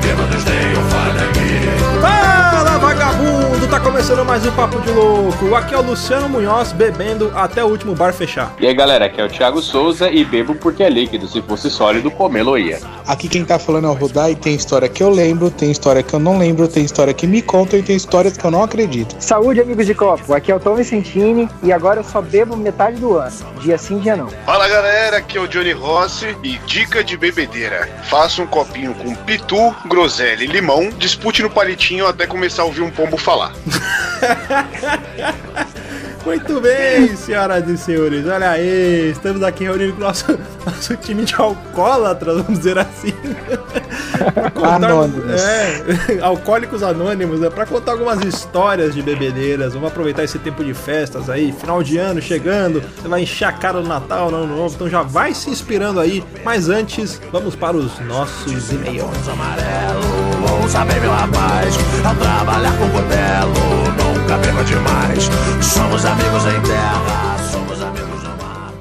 bêbados tenham falha aqui. Fala, vagabundo! Tá começando mais um Papo de Louco. Aqui é o Luciano Munhoz, bebendo até o último bar fechar. E aí, galera, aqui é o Thiago Souza e bebo porque é líquido. Se fosse sólido, comê-lo ia. Aqui quem tá falando é o Rudá e tem história que eu lembro, tem história que eu não lembro, tem história que me contam e tem histórias que eu não acredito. Saúde, amigos de copo. Aqui é o Tom Vicentini e agora eu só bebo metade do ano. Dia sim, dia não. Fala, galera, aqui é o Johnny Rossi e dica de bebedeira. Faça um copinho com pitu, groselha e limão, dispute no palitinho até começar a ouvir um pombo falar. Muito bem, senhoras e senhores, olha aí, estamos aqui reunidos com o nosso time de alcoólatras, vamos dizer assim. Anônimos. Alcoólicos anônimos, né? Pra contar algumas histórias de bebedeiras. Vamos aproveitar esse tempo de festas aí, final de ano chegando, você vai encher a cara do Natal, no Ano Novo, então já vai se inspirando aí. Mas antes, vamos para os nossos e-mails. Amarelo, bom saber, meu rapaz, ao trabalhar com cordelo, nunca beba demais. Somos amigos em terra, somos amigos no mar.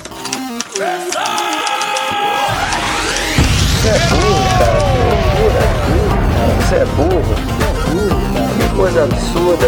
Você é burro, cara. Você é burro. Que coisa absurda.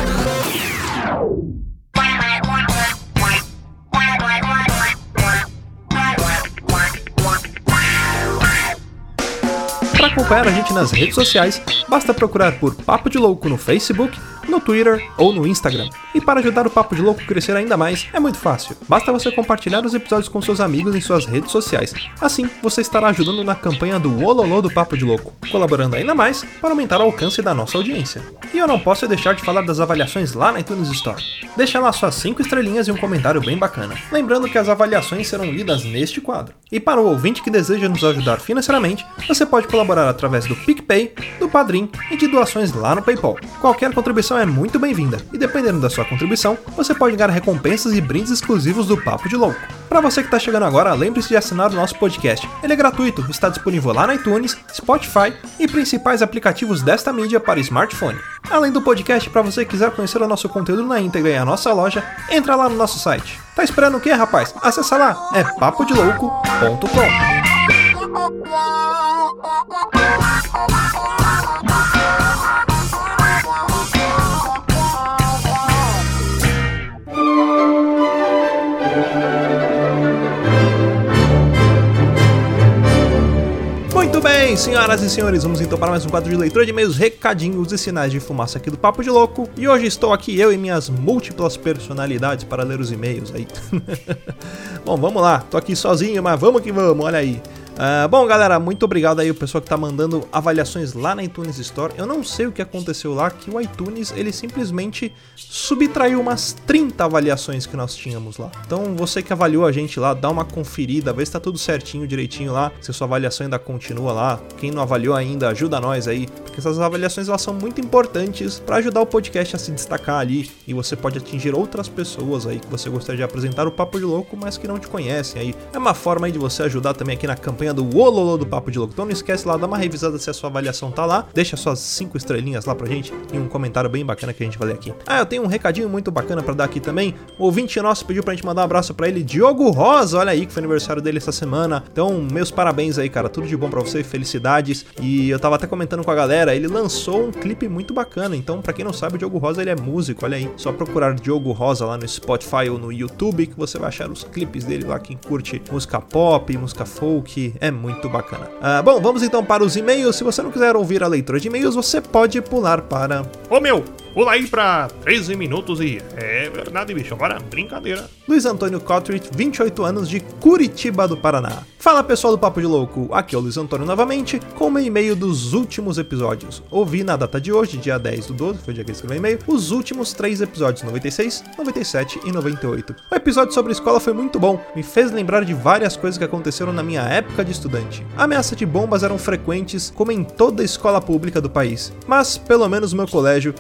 Para acompanhar a gente nas redes sociais, basta procurar por Papo de Louco no Facebook, no Twitter ou no Instagram. E para ajudar o Papo de Louco a crescer ainda mais, é muito fácil. Basta você compartilhar os episódios com seus amigos em suas redes sociais. Assim, você estará ajudando na campanha do Ololô do Papo de Louco, colaborando ainda mais para aumentar o alcance da nossa audiência. E eu não posso deixar de falar das avaliações lá na iTunes Store. Deixa lá suas 5 estrelinhas e um comentário bem bacana. Lembrando que as avaliações serão lidas neste quadro. E para o ouvinte que deseja nos ajudar financeiramente, você pode colaborar através do PicPay, do Padrim e de doações lá no PayPal. Qualquer contribuição é muito bem-vinda, e dependendo da sua contribuição, você pode ganhar recompensas e brindes exclusivos do Papo de Louco. Para você que está chegando agora, lembre-se de assinar o nosso podcast. Ele é gratuito, está disponível lá na iTunes, Spotify e principais aplicativos desta mídia para smartphone. Além do podcast, para você que quiser conhecer o nosso conteúdo na íntegra e a nossa loja, entra lá no nosso site. Tá esperando o quê, rapaz? Acessa lá, é papodelouco.com. Muito bem, senhoras e senhores, vamos então para mais um quadro de leitura de e-mails, recadinhos e sinais de fumaça aqui do Papo de Louco. E hoje estou aqui, eu e minhas múltiplas personalidades para ler os e-mails aí. Bom, vamos lá, tô aqui sozinho, mas vamos que vamos, olha aí. Bom, galera, muito obrigado aí o pessoal que tá mandando avaliações lá na iTunes Store. Eu não sei o que aconteceu lá, que o iTunes, ele simplesmente subtraiu umas 30 avaliações que nós tínhamos lá. Então, você que avaliou a gente lá, dá uma conferida, vê se tá tudo certinho, direitinho lá, se a sua avaliação ainda continua lá. Quem não avaliou ainda, ajuda nós aí, porque essas avaliações, elas são muito importantes para ajudar o podcast a se destacar ali, e você pode atingir outras pessoas aí que você gostaria de apresentar o Papo de Louco, mas que não te conhecem aí. É uma forma aí de você ajudar também aqui na campanha do Ololô do Papo de Louco. Então não esquece lá, dá uma revisada se a sua avaliação tá lá, deixa suas 5 estrelinhas lá pra gente e um comentário bem bacana que a gente vai ler aqui. Eu tenho um recadinho muito bacana pra dar aqui também. O ouvinte nosso pediu pra gente mandar um abraço pra ele, Diogo Rosa, olha aí que foi aniversário dele essa semana. Então meus parabéns aí, cara, tudo de bom pra você, felicidades. E eu tava até comentando com a galera, ele lançou um clipe muito bacana. Então pra quem não sabe, o Diogo Rosa, ele é músico, olha aí, só procurar Diogo Rosa lá no Spotify ou no YouTube que você vai achar os clipes dele lá. Quem curte música pop, música folk, é muito bacana. Bom, vamos então para os e-mails. Se você não quiser ouvir a leitura de e-mails, você pode pular para... Pula aí pra 13 minutos e... É verdade, bicho, agora brincadeira. Luiz Antônio Cottrit, 28 anos, de Curitiba do Paraná. Fala, pessoal do Papo de Louco, aqui é o Luiz Antônio novamente, com o meu e-mail dos últimos episódios. Ouvi na data de hoje, dia 10/12, foi o dia que eu escrevi o e-mail, os últimos 3 episódios, 96, 97 e 98. O episódio sobre escola foi muito bom, me fez lembrar de várias coisas que aconteceram na minha época de estudante. A ameaça de bombas eram frequentes, como em toda a escola pública do país, mas, pelo menos no meu colégio, o saudoso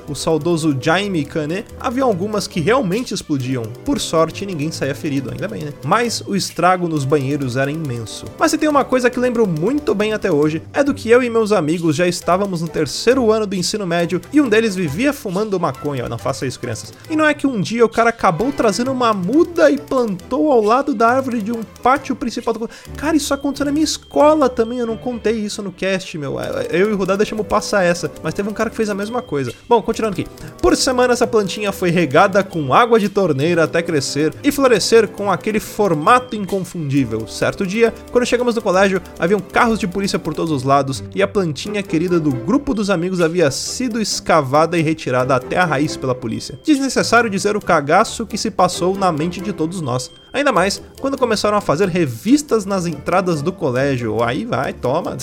saudoso Jaime Canet, havia algumas que realmente explodiam. Por sorte, ninguém saía ferido, ainda bem, né? Mas o estrago nos banheiros era imenso. Mas se tem uma coisa que lembro muito bem até hoje, é do que eu e meus amigos já estávamos no 3º ano do ensino médio e um deles vivia fumando maconha. Não faça isso, crianças. E não é que um dia o cara acabou trazendo uma muda e plantou ao lado da árvore de um pátio principal do... Cara, isso aconteceu na minha escola também, eu não contei isso no cast, meu. Eu e o Rudá deixamos passar essa, mas teve um cara que fez a mesma coisa. Bom, continuando aqui. Por semana essa plantinha foi regada com água de torneira até crescer e florescer com aquele formato inconfundível. Certo dia, quando chegamos no colégio, haviam carros de polícia por todos os lados e a plantinha querida do grupo dos amigos havia sido escavada e retirada até a raiz pela polícia. Desnecessário dizer o cagaço que se passou na mente de todos nós. Ainda mais quando começaram a fazer revistas nas entradas do colégio. Aí vai, toma.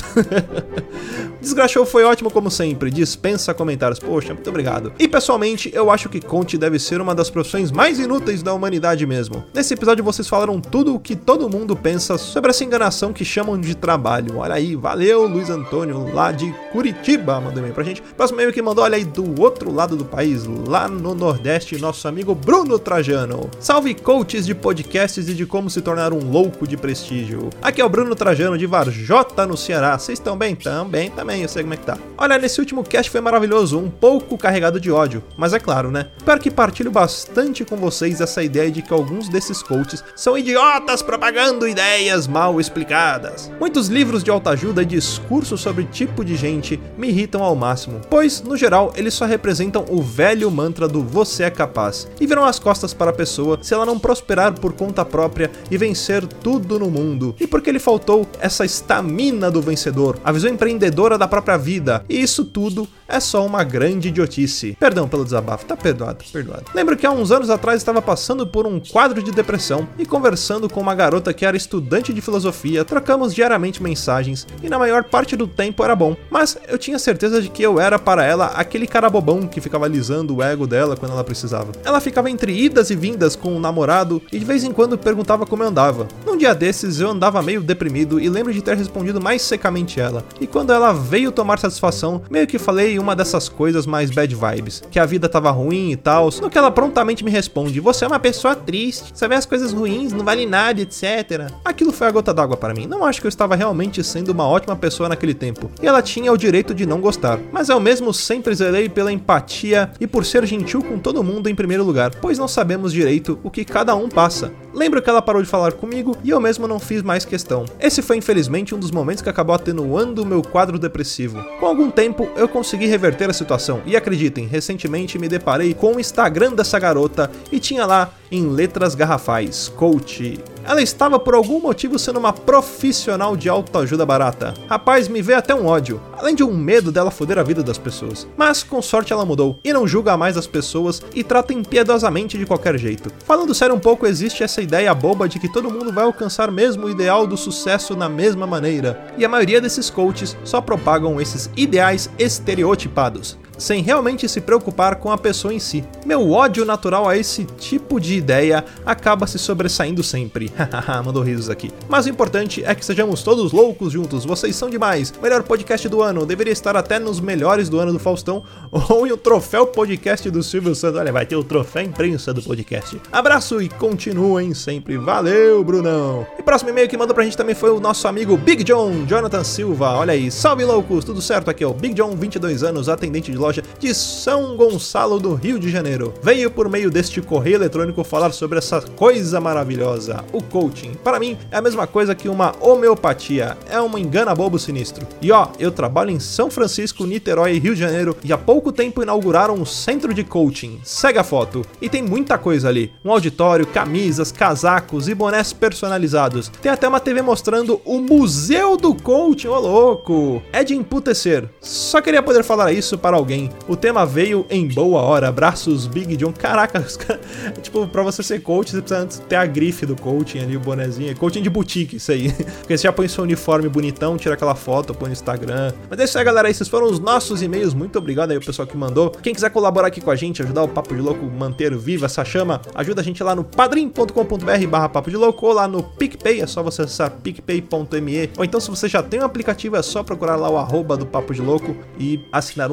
Desgraçou foi ótimo como sempre, dispensa comentários. Poxa, muito obrigado. E pessoalmente, eu acho que coach deve ser uma das profissões mais inúteis da humanidade mesmo. Nesse episódio vocês falaram tudo o que todo mundo pensa sobre essa enganação que chamam de trabalho. Olha aí, valeu Luiz Antônio, lá de Curitiba, mandou e-mail pra gente. Próximo e-mail que mandou, olha aí, do outro lado do país, lá no Nordeste, nosso amigo Bruno Trajano. Salve coaches de podcast e de como se tornar um louco de prestígio. Aqui é o Bruno Trajano de Varjota, no Ceará. Vocês estão bem? Também, eu sei como é que tá. Olha, nesse último cast foi maravilhoso, um pouco carregado de ódio, mas é claro, né? Espero que partilho bastante com vocês essa ideia de que alguns desses coaches são idiotas propagando ideias mal explicadas. Muitos livros de autoajuda e discursos sobre tipo de gente me irritam ao máximo, pois, no geral, eles só representam o velho mantra do você é capaz, e viram as costas para a pessoa se ela não prosperar por conta própria e vencer tudo no mundo. E porque lhe faltou essa estamina do vencedor, a visão empreendedora da própria vida. E isso tudo é só uma grande idiotice. Perdão pelo desabafo, tá perdoado. Lembro que há uns anos atrás estava passando por um quadro de depressão e conversando com uma garota que era estudante de filosofia, trocamos diariamente mensagens e na maior parte do tempo era bom. Mas eu tinha certeza de que eu era para ela aquele cara bobão que ficava alisando o ego dela quando ela precisava. Ela ficava entre idas e vindas com o namorado e de vez em quando perguntava como eu andava. Num dia desses eu andava meio deprimido e lembro de ter respondido mais secamente ela. E quando ela veio tomar satisfação, meio que falei uma dessas coisas mais bad vibes, que a vida tava ruim e tal, no que ela prontamente me responde: você é uma pessoa triste, você vê as coisas ruins, não vale nada, etc. Aquilo foi a gota d'água para mim. Não acho que eu estava realmente sendo uma ótima pessoa naquele tempo, e ela tinha o direito de não gostar, mas eu mesmo sempre zelei pela empatia e por ser gentil com todo mundo em primeiro lugar, pois não sabemos direito o que cada um passa. Lembro que ela parou de falar comigo e eu mesmo não fiz mais questão. Esse foi infelizmente um dos momentos que acabou atenuando o meu quadro depressivo. Com algum tempo eu consegui reverter a situação e acreditem, recentemente me deparei com o Instagram dessa garota e tinha lá, em letras garrafais, coach. Ela estava por algum motivo sendo uma profissional de autoajuda barata. Rapaz, me veio até um ódio, além de um medo dela foder a vida das pessoas. Mas com sorte ela mudou e não julga mais as pessoas e trata impiedosamente de qualquer jeito. Falando sério um pouco, existe essa ideia boba de que todo mundo vai alcançar mesmo o ideal do sucesso na mesma maneira. E a maioria desses coaches só propagam esses ideais estereotipados, sem realmente se preocupar com a pessoa em si. Meu ódio natural a esse tipo de ideia acaba se sobressaindo sempre. Mandou risos aqui. Mas o importante é que sejamos todos loucos juntos. Vocês são demais. Melhor podcast do ano. Deveria estar até nos melhores do ano do Faustão ou em um troféu podcast do Silvio Santos. Olha, vai ter o troféu imprensa do podcast. Abraço e continuem sempre. Valeu, Brunão. E próximo e-mail que mandou pra gente também foi o nosso amigo Big John, Jonathan Silva. Olha aí. Salve, loucos. Tudo certo? Aqui é o Big John, 22 anos, atendente de loja de São Gonçalo do Rio de Janeiro. Veio por meio deste correio eletrônico falar sobre essa coisa maravilhosa, o coaching. Para mim é a mesma coisa que uma homeopatia, é um engana-bobo sinistro. E ó, eu trabalho em São Francisco, Niterói, Rio de Janeiro e há pouco tempo inauguraram um centro de coaching. Segue a foto. E tem muita coisa ali. Um auditório, camisas, casacos e bonés personalizados. Tem até uma TV mostrando o Museu do Coaching, ô louco. É de emputecer. Só queria poder falar isso para alguém. O tema veio em boa hora. Abraços, Big John. Caraca, os caras... Tipo, pra você ser coach, você precisa antes ter a grife do coaching ali, o bonezinho. Coaching de boutique, isso aí. Porque você já põe seu uniforme bonitão, tira aquela foto, põe no Instagram. Mas é isso aí, galera. Esses foram os nossos e-mails. Muito obrigado aí ao pessoal que mandou. Quem quiser colaborar aqui com a gente, ajudar o Papo de Louco manter viva essa chama, ajuda a gente lá no padrim.com.br/papo de louco ou lá no PicPay. É só você acessar picpay.me. Ou então, se você já tem um aplicativo, é só procurar lá o @ do Papo de Louco e assinar um dos nossos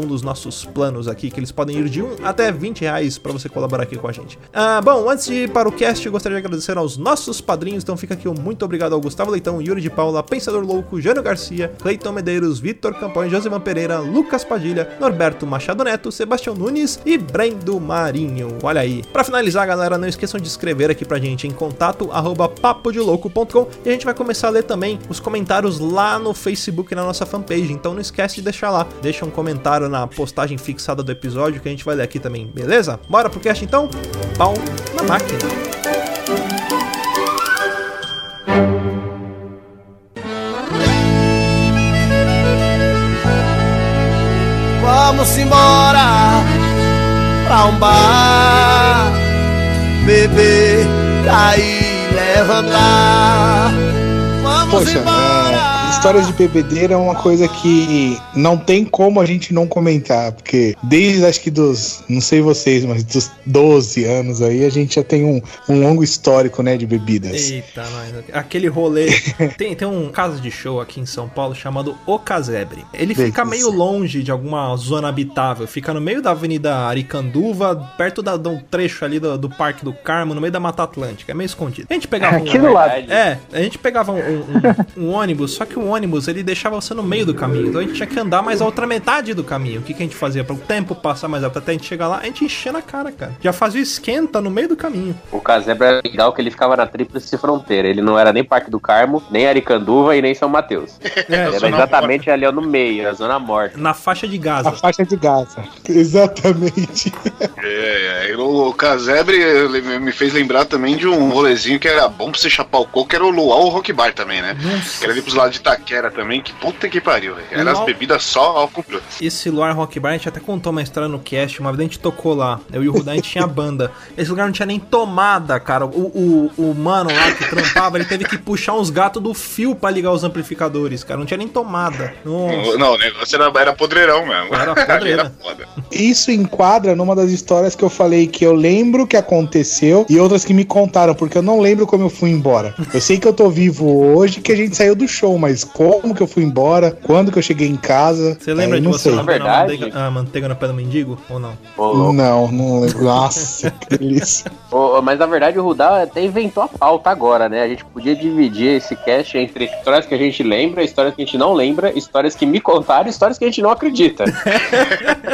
nossos planos aqui, que eles podem ir de 1 até 20 reais pra você colaborar aqui com a gente. Bom, antes de ir para o cast, eu gostaria de agradecer aos nossos padrinhos, então fica aqui um muito obrigado ao Gustavo Leitão, Yuri de Paula, Pensador Louco, Jânio Garcia, Cleiton Medeiros, Vitor Campanha, Josivan Pereira, Lucas Padilha, Norberto Machado Neto, Sebastião Nunes e Brendo Marinho. Olha aí. Pra finalizar, galera, não esqueçam de escrever aqui pra gente em contato@papodelouco.com e a gente vai começar a ler também os comentários lá no Facebook, na nossa fanpage, então não esquece de deixar lá. Deixa um comentário na postagem fixada do episódio que a gente vai ler aqui também, beleza? Bora pro cast então? Pau na máquina! Vamos embora pra um bar, beber, cair, levantar. Vamos embora. Histórias de bebedeira é uma coisa que não tem como a gente não comentar, porque desde acho que dos, não sei vocês, mas dos 12 anos aí, a gente já tem um longo histórico, né, de bebidas. Eita, nós. Aquele rolê. Tem um casa de show aqui em São Paulo chamado O Casebre. Ele fica meio longe de alguma zona habitável, fica no meio da Avenida Aricanduva, perto de um trecho ali do Parque do Carmo, no meio da Mata Atlântica. É meio escondido. A gente pegava aqui do lado. a gente pegava um ônibus, só que o ônibus ele deixava você no meio do caminho, então a gente tinha que andar mais a outra metade do caminho. O que a gente fazia? Para o tempo passar mais rápido até a gente chegar lá, a gente enchia na cara, cara. Já fazia esquenta no meio do caminho. O Casebre era legal que ele ficava na tríplice fronteira. Ele não era nem Parque do Carmo, nem Aricanduva e nem São Mateus. Era exatamente ali no meio, na zona morta. Na faixa de Gaza. A faixa de Gaza. Exatamente. O Casebre me fez lembrar também de um rolezinho que era bom pra você chapar o coco, que era o Luau Rock Bar também, né? Nossa. Que era ali pros lados de Itaquera também, que puta que pariu, velho. Era as bebidas só álcool puro. Esse Luar Rock Bar, a gente até contou uma história no cast, uma vez a gente tocou lá, eu e o Rudá, a gente tinha banda. Esse lugar não tinha nem tomada, cara. O mano lá que trampava, ele teve que puxar uns gatos do fio pra ligar os amplificadores, cara. Não tinha nem tomada. Nossa. Não, o negócio era podreirão mesmo. Era podreira. Era foda. Isso enquadra numa das histórias que eu falei que eu lembro que aconteceu e outras que me contaram, porque eu não lembro como eu fui embora. Eu sei que eu tô vivo hoje, que a gente saiu do show, mas como que eu fui embora? Quando que eu cheguei em casa? Você lembra de não você sei. lambendo Na verdade? a manteiga no pé do mendigo? Ou não? Não lembro. Nossa, que delícia. Mas na verdade o Rudá até inventou a pauta agora, né? A gente podia dividir esse cast entre histórias que a gente lembra, histórias que a gente não lembra, histórias que me contaram e histórias que a gente não acredita. É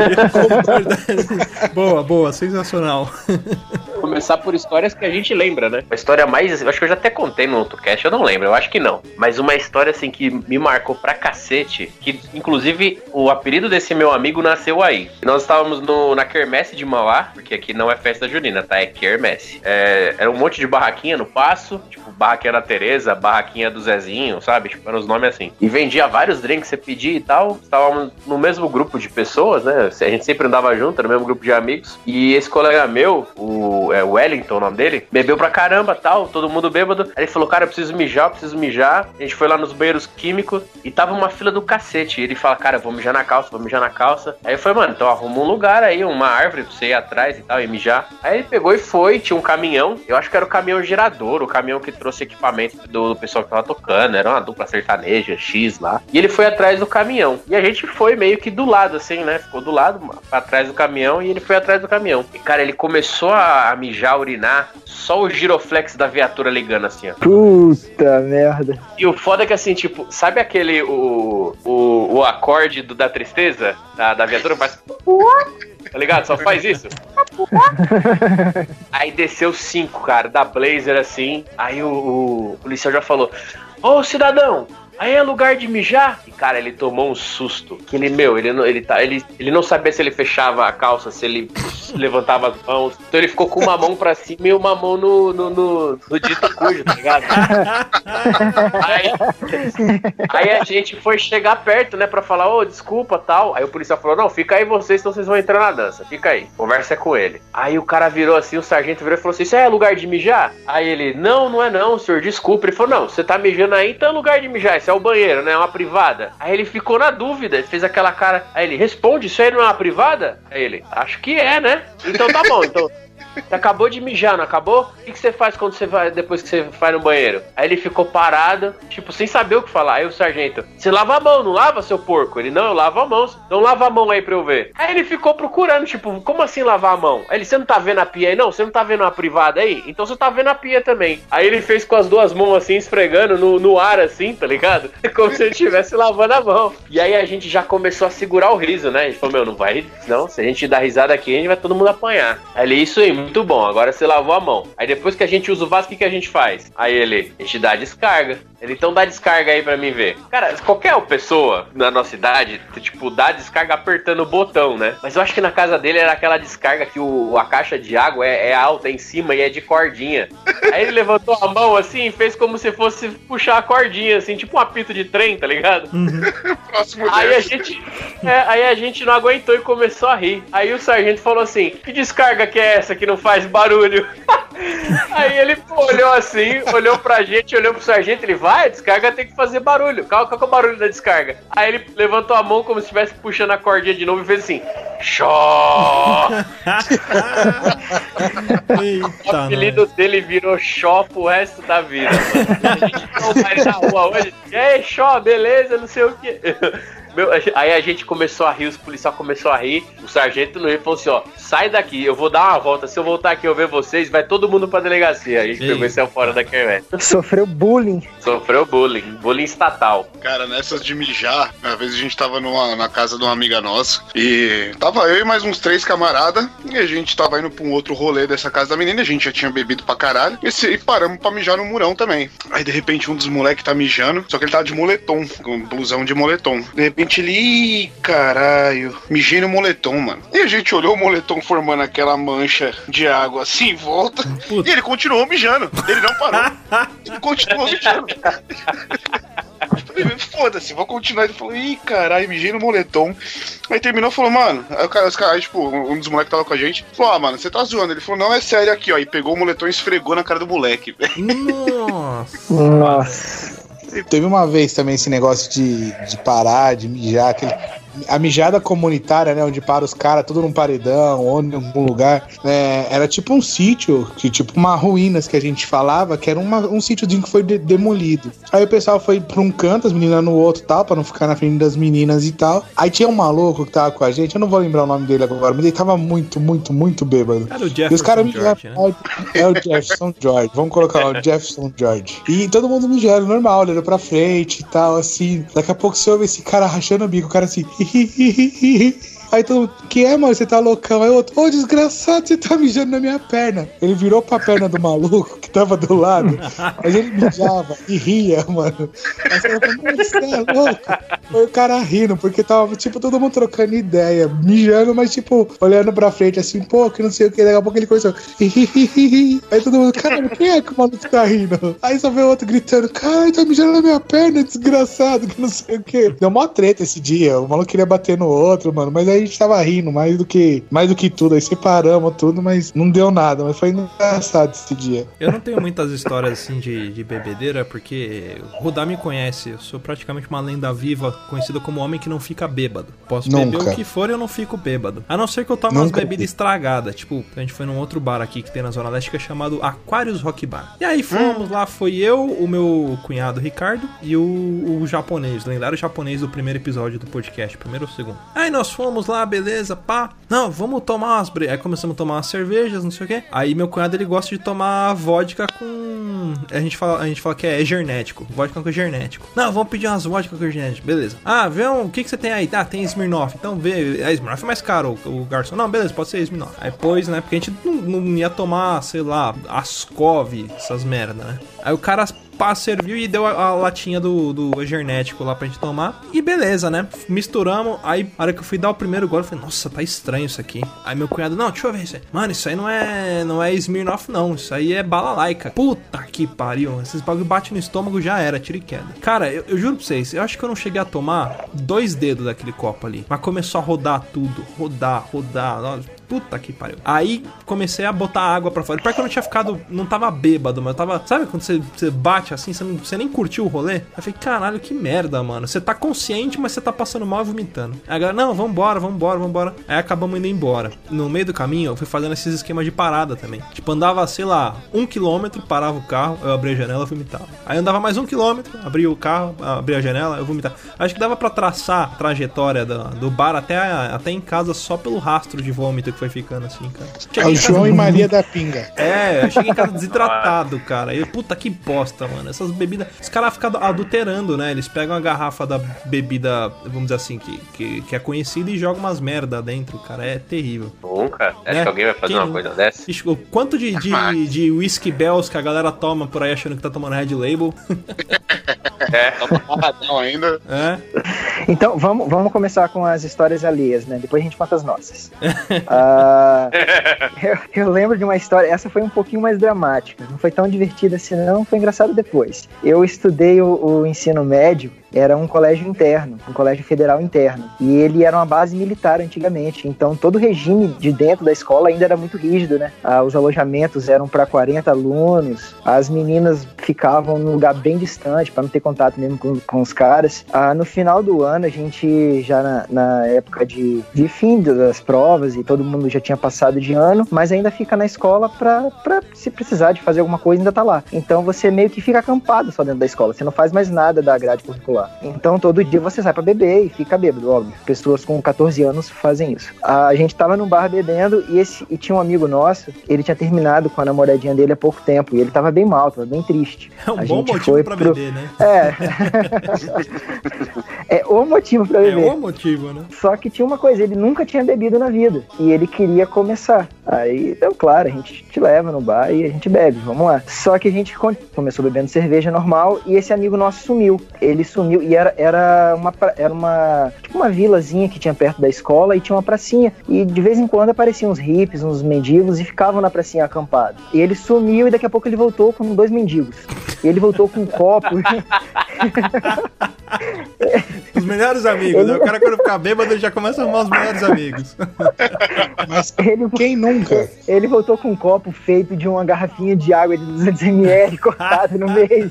verdade. Boa, sensacional. Começar por histórias que a gente lembra, né? A história mais... Eu acho que eu já até contei no outro cast, eu não lembro, eu acho que não. Mas uma história, assim, que me marcou pra cacete, que, inclusive, o apelido desse meu amigo nasceu aí. Nós estávamos na Quermesse de Mauá, porque aqui não é festa junina, tá? É Quermesse. Era um monte de barraquinha no Passo, tipo, barraquinha da Tereza, barraquinha do Zezinho, sabe? Tipo, eram os nomes assim. E vendia vários drinks, você pedia e tal. Estávamos no mesmo grupo de pessoas, né? A gente sempre andava junto, era o mesmo grupo de amigos. E esse colega meu, o Wellington, o nome dele, bebeu pra caramba, tal, todo mundo bêbado. Aí ele falou, cara, eu preciso mijar. A gente foi lá nos banheiros químicos e tava uma fila do cacete. E ele fala, cara, eu vou mijar na calça. Aí eu falei, mano, então arruma um lugar aí, uma árvore pra você ir atrás e tal, e mijar. Aí ele pegou e foi, tinha um caminhão, eu acho que era o caminhão gerador, o caminhão que trouxe equipamento do pessoal que tava tocando, era uma dupla sertaneja, X lá. E ele foi atrás do caminhão. E a gente foi meio que do lado, assim, né? Ficou do lado, atrás do caminhão, e ele foi atrás do caminhão. E, cara, ele começou a mijar, urinar, só o giroflex da viatura ligando assim, ó. Puta merda. E o foda é que assim, tipo, sabe aquele, o acorde da tristeza da viatura? Faz... Tá ligado? Só faz isso. Aí desceu 5, cara, da Blazer assim. Aí o policial já falou, ô cidadão, aí é lugar de mijar? E, cara, ele tomou um susto. Que ele não sabia se ele fechava a calça, se ele levantava as mãos. Então ele ficou com uma mão pra cima e uma mão no dito cujo, tá ligado? Aí a gente foi chegar perto, né, pra falar, ô, desculpa, tal. Aí o policial falou, não, fica aí vocês, então vocês vão entrar na dança. Fica aí, conversa com ele. Aí o cara virou assim, o sargento virou e falou assim, isso é lugar de mijar? Aí ele, não é não, senhor, desculpa. Ele falou, não, você tá mijando aí, então é lugar de mijar, isso é o banheiro, né, é uma privada. Aí ele ficou na dúvida, fez aquela cara, aí ele, responde, isso aí não é uma privada? Aí ele, acho que é, né? Então tá bom, então Você acabou de mijar, não acabou? O que você faz quando você vai, depois que você vai no banheiro? Aí ele ficou parado, tipo, sem saber o que falar. Aí o sargento, você lava a mão, não lava, seu porco? Ele, não, eu lavo a mão. Então lava a mão aí pra eu ver. Aí ele ficou procurando, tipo, como assim lavar a mão? Aí ele, você não tá vendo a pia aí? Não, você não tá vendo a privada aí? Então você tá vendo a pia também. Aí ele fez com as duas mãos assim, esfregando no ar assim, tá ligado? Como se ele estivesse lavando a mão. E aí a gente já começou a segurar o riso, né? A gente falou, meu, não vai, não, se a gente dar risada aqui, a gente vai todo mundo apanhar. Aí ele, isso aí, muito bom, agora você lavou a mão. Aí depois que a gente usa o vaso, o que a gente faz? Aí ele, a gente dá a descarga. Ele, então dá descarga aí pra mim ver. Cara, qualquer pessoa na nossa idade, tipo, dá a descarga apertando o botão, né? Mas eu acho que na casa dele era aquela descarga que a caixa de água é alta em cima e é de cordinha. Aí ele levantou a mão assim e fez como se fosse puxar a cordinha, assim, tipo um apito de trem, tá ligado? Próximo Aí a gente não aguentou e começou a rir. Aí o sargento falou assim, que descarga que é essa que não faz barulho? Aí ele olhou assim, olhou pra gente, olhou pro sargento, ele vai, a descarga tem que fazer barulho. Qual que é o barulho da descarga? Aí ele levantou a mão como se estivesse puxando a cordinha de novo e fez assim, Xó! O apelido dele virou Xó pro resto da vida. A gente não vai na rua hoje, e aí, Xó, beleza, não sei o que. Aí a gente começou a rir, os policiais começaram a rir, o sargento no rio falou assim, ó, sai daqui, eu vou dar uma volta, se eu voltar aqui e eu ver vocês, vai todo mundo pra delegacia. A gente pegou e saiu fora da quermesse. Sofreu bullying. Sofreu bullying estatal. Cara, nessas de mijar, uma vez a gente tava na casa de uma amiga nossa, e tava eu e mais uns 3 camaradas, e a gente tava indo pra um outro rolê dessa casa da menina, a gente já tinha bebido pra caralho, e paramos pra mijar no murão também. Aí de repente um dos moleques tá mijando, só que ele tá de moletom, com um blusão de moletom. De repente ele, ih, caralho, mijei no moletom, mano. E a gente olhou o moletom formando aquela mancha de água assim em volta, e ele continuou mijando. Ele não parou. Ele continuou mijando. Foda-se, vou continuar. Ele falou, ih, caralho, mijei no moletom. Aí terminou e falou, mano, aí os caras, tipo, um dos moleques tava com a gente, falou, mano, você tá zoando. Ele falou, não, é sério aqui, ó. E pegou o moletom e esfregou na cara do moleque, velho. Nossa. Teve uma vez também esse negócio de parar, de mijar, a mijada comunitária, né, onde para os caras, tudo num paredão, ou em algum lugar, era tipo um sítio, tipo uma ruínas que a gente falava, que era um sítiozinho que foi demolido. Aí o pessoal foi pra um canto, as meninas no outro tal, pra não ficar na frente das meninas e tal. Aí tinha um maluco que tava com a gente, eu não vou lembrar o nome dele agora, mas ele tava muito, muito, muito bêbado. Era o Jefferson e os caras George, mijaram, né? É o Jefferson George, vamos colocar lá, o Jefferson George. E todo mundo mijando normal, olhando pra frente e tal, assim. Daqui a pouco você ouve esse cara rachando o bico, o cara assim... Aí todo mundo, que é, mano? Você tá loucão? Aí o outro, ô, desgraçado, você tá mijando na minha perna. Ele virou pra perna do maluco que tava do lado, mas ele mijava e ria, mano. Aí você falou, você é louco? Foi o cara rindo, porque tava, tipo, todo mundo trocando ideia, mijando, mas, tipo, olhando pra frente, assim, pô, que não sei o que. Daqui a pouco ele começou, aí todo mundo, caralho, quem é que o maluco tá rindo? Aí só veio o outro gritando, caralho, tá mijando na minha perna, desgraçado, que não sei o que. Deu mó treta esse dia, o maluco queria bater no outro, mano, mas aí a gente tava rindo mais do que tudo, aí separamos tudo, mas não deu nada, mas foi engraçado esse dia. Eu não tenho muitas histórias assim de bebedeira, porque o Rudá me conhece, eu sou praticamente uma lenda viva, conhecido como homem que não fica bêbado. Posso beber o que for e eu não fico bêbado. A não ser que eu tome umas bebidas estragadas, tipo, a gente foi num outro bar aqui que tem na Zona Leste que é chamado Aquarius Rock Bar. E aí fomos lá, foi eu, o meu cunhado Ricardo e o japonês, o lendário japonês do primeiro episódio do podcast, primeiro ou segundo. Aí nós fomos lá, beleza, pá. Não, vamos tomar umas Aí começamos a tomar umas cervejas, não sei o que. Aí meu cunhado, ele gosta de tomar vodka com... A gente fala que é gernético. Vodka com gernético. Não, vamos pedir umas vodka com gernético. Beleza. Ah, vê o que você tem aí? Ah, tem Smirnoff. Então vê. A Smirnoff é mais caro, o garçom. Não, beleza, pode ser Smirnoff. Aí pôs, né? Porque a gente não ia tomar, sei lá, Ascov, essas merda, né? Aí o cara serviu e deu a latinha do gernético lá pra gente tomar. E beleza, né? Misturamos. Aí, na hora que eu fui dar o primeiro gole, eu falei, nossa, tá estranho isso aqui. Aí meu cunhado, não, deixa eu ver isso aí. Mano, isso aí não é Smirnoff, não. Isso aí é balalaica. Puta que pariu. Esses bagulho bate no estômago, já era, tiro e queda. Cara, eu juro pra vocês, eu acho que eu não cheguei a tomar 2 dedos daquele copo ali. Mas começou a rodar tudo. Rodar. puta que pariu. Aí comecei a botar água pra fora. Pior que eu não tinha ficado, não tava bêbado, mas eu tava, sabe quando você bate assim, você nem curtiu o rolê? Aí eu falei, caralho, que merda, mano. Você tá consciente, mas você tá passando mal e vomitando. Aí a galera, não, vambora. Aí acabamos indo embora. No meio do caminho, eu fui fazendo esses esquemas de parada também. Tipo, andava, sei lá, 1 quilômetro, parava o carro, eu abria a janela, eu vomitava. Aí andava mais 1 quilômetro, abria o carro, abria a janela, eu vomitava. Acho que dava pra traçar a trajetória do bar até em casa só pelo rastro de vômito que foi ficando assim, cara. É o João e Maria da Pinga. É, eu cheguei em casa desidratado, cara. E puta que bosta, mano. Essas bebidas. Os caras ficam adulterando, né? Eles pegam a garrafa da bebida, vamos dizer assim, que é conhecida e jogam umas merda dentro, cara. É terrível. Nunca. Acho que alguém vai fazer uma coisa dessa. O quanto de whisky bells que a galera toma por aí achando que tá tomando Red Label. Toma porradão ainda. Então, vamos começar com as histórias alheias, né? Depois a gente conta as nossas. Eu lembro de uma história, essa foi um pouquinho mais dramática. Não foi tão divertida assim, não. Foi engraçado depois. Eu estudei o ensino médio. Era um colégio interno, um colégio federal interno. E ele era uma base militar antigamente. Então, todo o regime de dentro da escola ainda era muito rígido, né? Os alojamentos eram para 40 alunos. As meninas ficavam num lugar bem distante, para não ter contato mesmo com os caras. No final do ano, a gente já na época de fim das provas, e todo mundo já tinha passado de ano, mas ainda fica na escola para se precisar de fazer alguma coisa, ainda tá lá. Então, você meio que fica acampado só dentro da escola. Você não faz mais nada da grade curricular. Então todo dia você sai pra beber e fica bêbado, óbvio. Pessoas com 14 anos fazem isso. A gente tava num bar bebendo e tinha um amigo nosso, ele tinha terminado com a namoradinha dele há pouco tempo e ele tava bem mal, tava bem triste. É um bom motivo pra beber, né? É o motivo pra beber. É o motivo, né? Só que tinha uma coisa, ele nunca tinha bebido na vida e ele queria começar. Aí, então, claro, a gente te leva no bar e a gente bebe, vamos lá. Só que a gente começou bebendo cerveja normal e esse amigo nosso sumiu. Ele sumiu e era uma vilazinha que tinha perto da escola e tinha uma pracinha. E de vez em quando apareciam uns hippies, uns mendigos e ficavam na pracinha acampados. E ele sumiu e daqui a pouco ele voltou com 2 mendigos. E ele voltou com um copo. Os melhores amigos, né? O cara quando ficar bêbado ele já começa a arrumar os melhores amigos. Mas quem nunca? Ele voltou com um copo feito de uma garrafinha de água de 200ml cortado no meio.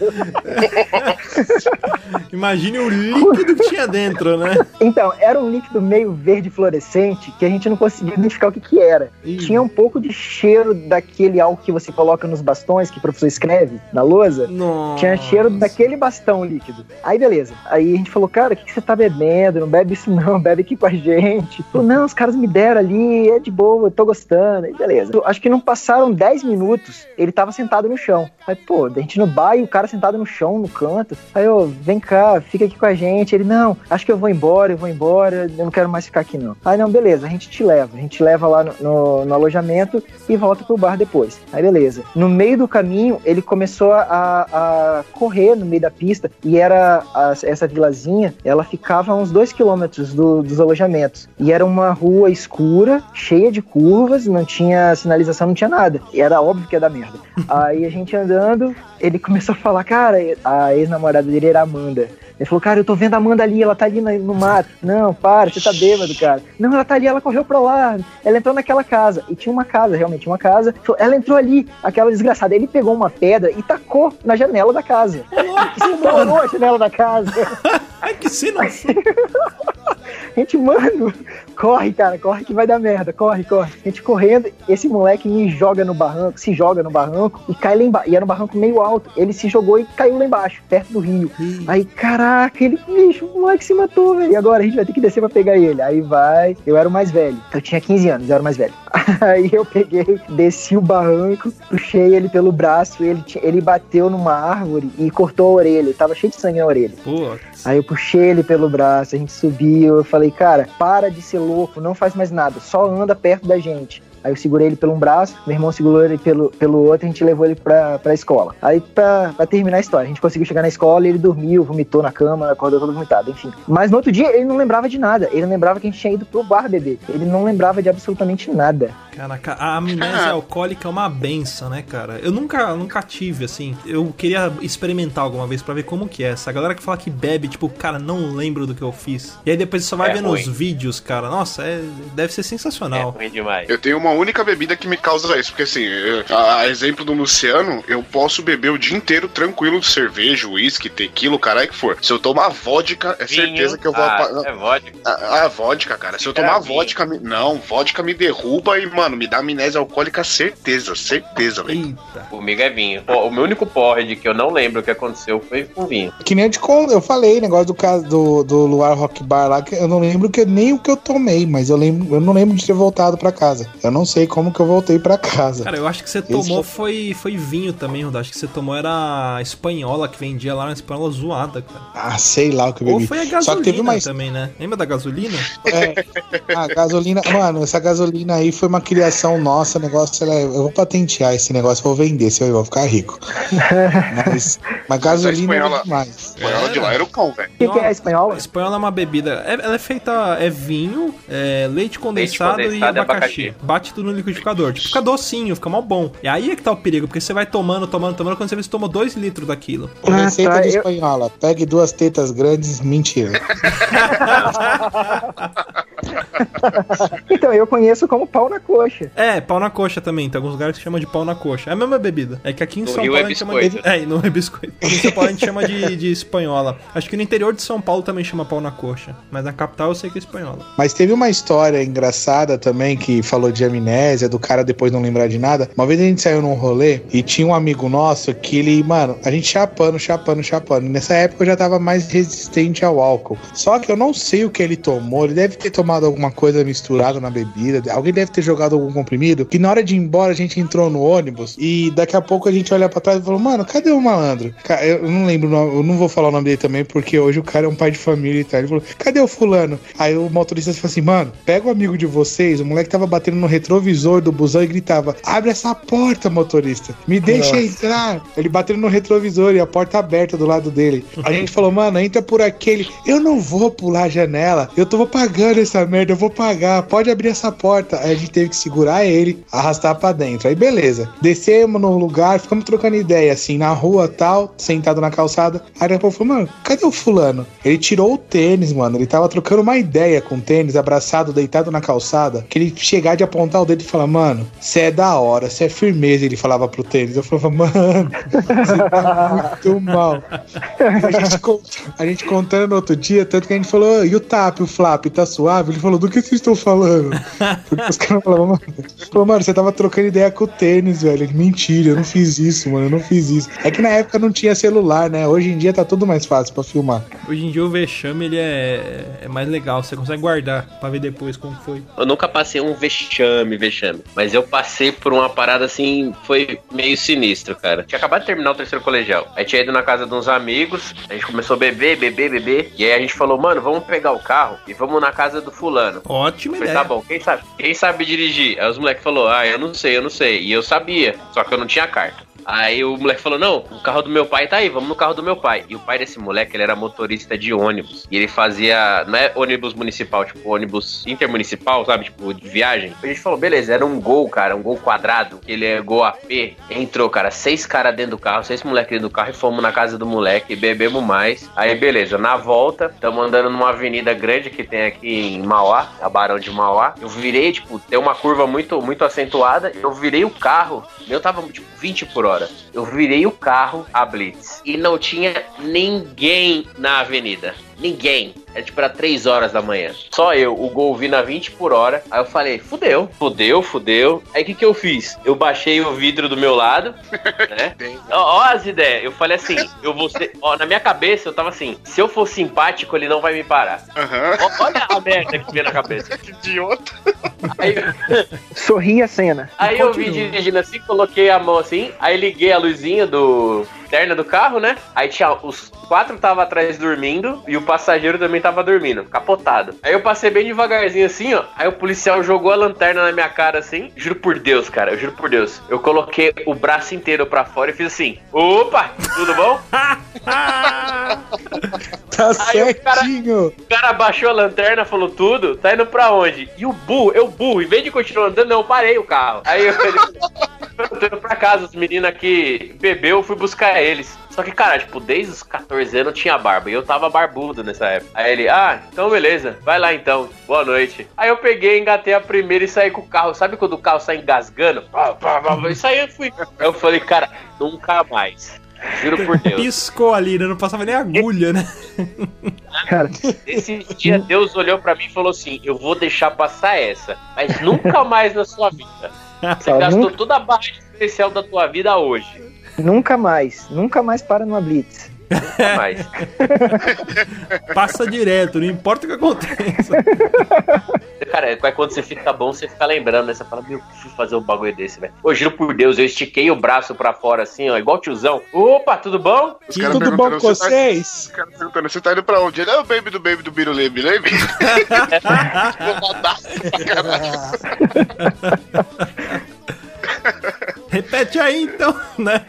Imagine o líquido que tinha dentro, né? Então, era um líquido meio verde fluorescente que a gente não conseguia identificar o que era. Tinha um pouco de cheiro daquele álcool que você coloca nos bastões que o professor escreve na lousa. Nossa. Tinha cheiro daquele bastão líquido. Aí beleza. Aí a gente falou, cara, o que você tá bebendo? Não bebe isso não, bebe aqui com a gente. Falou, não, os caras me deram ali, é de boa, eu tô gostando. Aí beleza. Acho que não passaram 10 minutos, ele tava sentado no chão. Aí, pô, a gente no bar e o cara sentado no chão, no canto. Aí eu, vem cá, fica aqui com a gente. Ele, não, acho que eu vou embora, eu não quero mais ficar aqui não. Aí não, beleza, a gente te leva lá no alojamento e volta pro bar depois. Aí beleza. No meio do caminho, ele começou a correr no meio da pista e essa vilazinha, ela ficava a uns 2 quilômetros dos alojamentos. E era uma rua escura, cheia de curvas, não tinha sinalização, não tinha nada. E era óbvio que ia dar merda. Aí a gente andando, ele começou a falar, cara, a ex-namorada dele era a Amanda. Ele falou, cara, eu tô vendo a Amanda ali, ela tá ali no mato. Não, para, você tá bêbado, cara. Não, ela tá ali, ela correu pra lá. Ela entrou naquela casa. E tinha uma casa, realmente, uma casa. Ela entrou ali, aquela desgraçada. Ele pegou uma pedra e tacou na janela da casa. Estourou a janela da casa. Ai, que sinação. A gente, mano, corre, cara, corre que vai dar merda, corre. A gente correndo, esse moleque se joga no barranco e cai lá embaixo. E era um barranco meio alto. Ele se jogou e caiu lá embaixo, perto do rio. Aí, caraca, o moleque se matou, velho. E agora a gente vai ter que descer pra pegar ele. Aí vai, eu era o mais velho. Eu tinha 15 anos, eu era o mais velho. Aí eu peguei, desci o barranco, puxei ele pelo braço, ele bateu numa árvore e cortou a orelha. Tava cheio de sangue na orelha. Putz. Aí eu puxei ele pelo braço, a gente subiu, eu falei, cara, para de ser louco, não faz mais nada, só anda perto da gente. Aí eu segurei ele pelo um braço, meu irmão segurou ele pelo outro, a gente levou ele pra escola. Aí pra terminar a história, a gente conseguiu chegar na escola e ele dormiu, vomitou na cama, acordou todo vomitado, enfim. Mas no outro dia ele não lembrava de nada, ele não lembrava que a gente tinha ido pro bar beber, ele não lembrava de absolutamente nada. Caraca, a amnésia alcoólica é uma benção, né, cara? Eu nunca tive, assim, eu queria experimentar alguma vez pra ver como que é. Essa galera que fala que bebe, tipo, cara, não lembro do que eu fiz. E aí depois você só vai vendo os vídeos, cara, nossa, deve ser sensacional. É ruim demais. Eu tenho uma única bebida que me causa isso, porque assim, a exemplo do Luciano, eu posso beber o dia inteiro tranquilo, cerveja, uísque, tequila, o caralho que for. Se eu tomar vodka, é Vinho. certeza que eu vou... É vodka? Vodka, cara. Se eu tomar vodka... vodka me derruba e, mano, me dá amnésia alcoólica, certeza, velho. Eita. Comigo é vinho. Pô, o meu único porre que eu não lembro o que aconteceu foi com vinho. Que nem eu falei, negócio do caso do Luar Rock Bar lá, que eu não lembro nem o que eu tomei, mas eu não lembro de ter voltado pra casa. Eu não sei como que eu voltei pra casa. Cara, eu acho que você tomou foi vinho também, Rodar. Acho que você tomou era a espanhola, que vendia lá na espanhola zoada, cara. Ah, sei lá o que eu bebi. Ou foi a gasolina. Só que teve uma... também, né? Lembra da gasolina? A gasolina... Mano, essa gasolina aí foi uma criação nossa, negócio... Eu vou patentear esse negócio, vou vender, se eu vou ficar rico. Mas gasolina é demais. A espanhola de lá era o cão, velho. O que é a espanhola? A espanhola é uma bebida... Ela é feita... É vinho, leite condensado e abacaxi. Bate tudo no liquidificador. Tipo, fica docinho, fica mó bom. E aí é que tá o perigo, porque você vai tomando, quando você vê, você toma 2 litros daquilo. Receita de espanhola. Pegue 2 tetas grandes, mentira. Então, eu conheço como pau na coxa. Pau na coxa também. Tem alguns lugares que chamam de pau na coxa. É a mesma bebida. É que aqui em São Paulo a gente chama de... e não é biscoito. Aqui em São Paulo a gente chama de espanhola. Acho que no interior de São Paulo também chama pau na coxa. Mas na capital eu sei que é espanhola. Mas teve uma história engraçada também, que falou de amnésia, do cara depois não lembrar de nada. Uma vez a gente saiu num rolê e tinha um amigo nosso que ele, mano, a gente chapando. Nessa época eu já tava mais resistente ao álcool. Só que eu não sei o que ele tomou. Ele deve ter tomado alguma coisa misturada na bebida. Alguém deve ter jogado algum comprimido. Que na hora de ir embora a gente entrou no ônibus e daqui a pouco a gente olha pra trás e falou, mano, cadê o malandro? Eu não lembro o nome, eu não vou falar o nome dele também, porque hoje o cara é um pai de família e tal. Ele falou, cadê o fulano? Aí o motorista falou assim, mano, pega o amigo de vocês. O moleque tava batendo no retrovisor do busão e gritava, abre essa porta, motorista, me deixa entrar. Ele batendo no retrovisor e a porta aberta do lado dele. A gente falou, mano, entra por aquele. Eu não vou pular a janela, eu tô pagando essa merda, eu vou pagar, pode abrir essa porta. Aí a gente teve que segurar ele, arrastar pra dentro. Aí beleza, descemos no lugar, ficamos trocando ideia assim, na rua tal, sentado na calçada. Aí daqui a pouco falou, mano, cadê o fulano? Ele tirou o tênis, mano, ele tava trocando uma ideia com o tênis, abraçado, deitado na calçada, que ele chegar de apontar o dedo e falar, mano, você é da hora, você é firmeza, ele falava pro tênis. Eu falava, mano, você tá muito mal. A gente contando no outro dia, tanto que a gente falou, e o tap, o flap, tá suave? Ele falou, do que vocês estão falando? Porque os caras falavam, mano, você tava trocando ideia com o tênis, velho. Mentira, eu não fiz isso, mano, eu não fiz isso. É que na época não tinha celular, né? Hoje em dia tá tudo mais fácil pra filmar. Hoje em dia o vexame, ele é mais legal, você consegue guardar pra ver depois como foi. Eu nunca passei um vexame, mas eu passei por uma parada assim, foi meio sinistro, cara. Tinha acabado de terminar o 3º colegial. Aí tinha ido na casa de uns amigos, a gente começou a beber, e aí a gente falou, mano, vamos pegar o carro e vamos na casa do fulano. Ótima ideia. Tá bom, quem sabe dirigir? Aí os moleques falaram, eu não sei. E eu sabia, só que eu não tinha carta. Aí o moleque falou, não, o carro do meu pai tá aí, vamos no carro do meu pai. E o pai desse moleque, ele era motorista de ônibus. E ele fazia, não é ônibus municipal, tipo ônibus intermunicipal, sabe, tipo de viagem. A gente falou, beleza, era um Gol, cara, um Gol quadrado, ele é Gol AP. Entrou, cara, 6 caras dentro do carro, 6 moleques dentro do carro e fomos na casa do moleque, bebemos mais. Aí beleza, na volta, estamos andando numa avenida grande que tem aqui em Mauá, a Barão de Mauá. Eu virei, tipo, tem uma curva muito, muito acentuada, eu virei o carro, eu tava, tipo, 20 por hora. Eu virei o carro a blitz e não tinha ninguém na avenida. Ninguém. Era 3 horas da manhã. Só eu, o Gol vindo a 20 por hora. Aí eu falei, fudeu. Aí o que eu fiz? Eu baixei o vidro do meu lado, né? Ó as ideias. Eu falei assim, eu vou ser... Ó, na minha cabeça eu tava assim, se eu for simpático, ele não vai me parar. Olha a merda que veio na cabeça. Que idiota. Aí... Sorri a cena. Aí eu vim dirigindo assim, coloquei a mão assim, aí liguei a luzinha do lanterna do carro, né? Aí tinha os 4 tava atrás dormindo e o passageiro também tava dormindo, capotado. Aí eu passei bem devagarzinho assim, ó. Aí o policial jogou a lanterna na minha cara assim. Juro por Deus, cara, eu juro por Deus. Eu coloquei o braço inteiro pra fora e fiz assim: opa, tudo bom? Tá Aí certinho. o cara baixou a lanterna, falou tudo, tá indo pra onde? E o burro, em vez de continuar andando, não, eu parei o carro. Aí eu tô indo pra casa, os meninos aqui bebeu, eu fui buscar eles. Só que, cara, tipo, desde os 14 anos eu tinha barba e eu tava barbudo nessa época. Aí ele, então beleza, vai lá então, boa noite. Aí eu peguei, engatei a primeira e saí com o carro. Sabe quando o carro sai engasgando? Isso aí eu fui. Aí eu falei, cara, nunca mais. Juro por Deus. Piscou ali, né? Não passava nem agulha, né? Cara, Esse dia Deus olhou pra mim e falou assim: eu vou deixar passar essa, mas nunca mais na sua vida. Você gastou toda a barra especial da tua vida hoje. nunca mais para numa blitz. Nunca mais. Passa direto, não importa o que aconteça. Cara, quando você fica bom, você fica lembrando, né? Você fala, meu, fui fazer um bagulho desse, velho. Ô, juro por Deus, eu estiquei o braço pra fora assim, ó, igual tiozão. Opa, tudo bom? Tudo bom com vocês? Os caras perguntando, você tá indo pra onde? Ele é o baby do Birulebi, lembra? Repete aí então, né?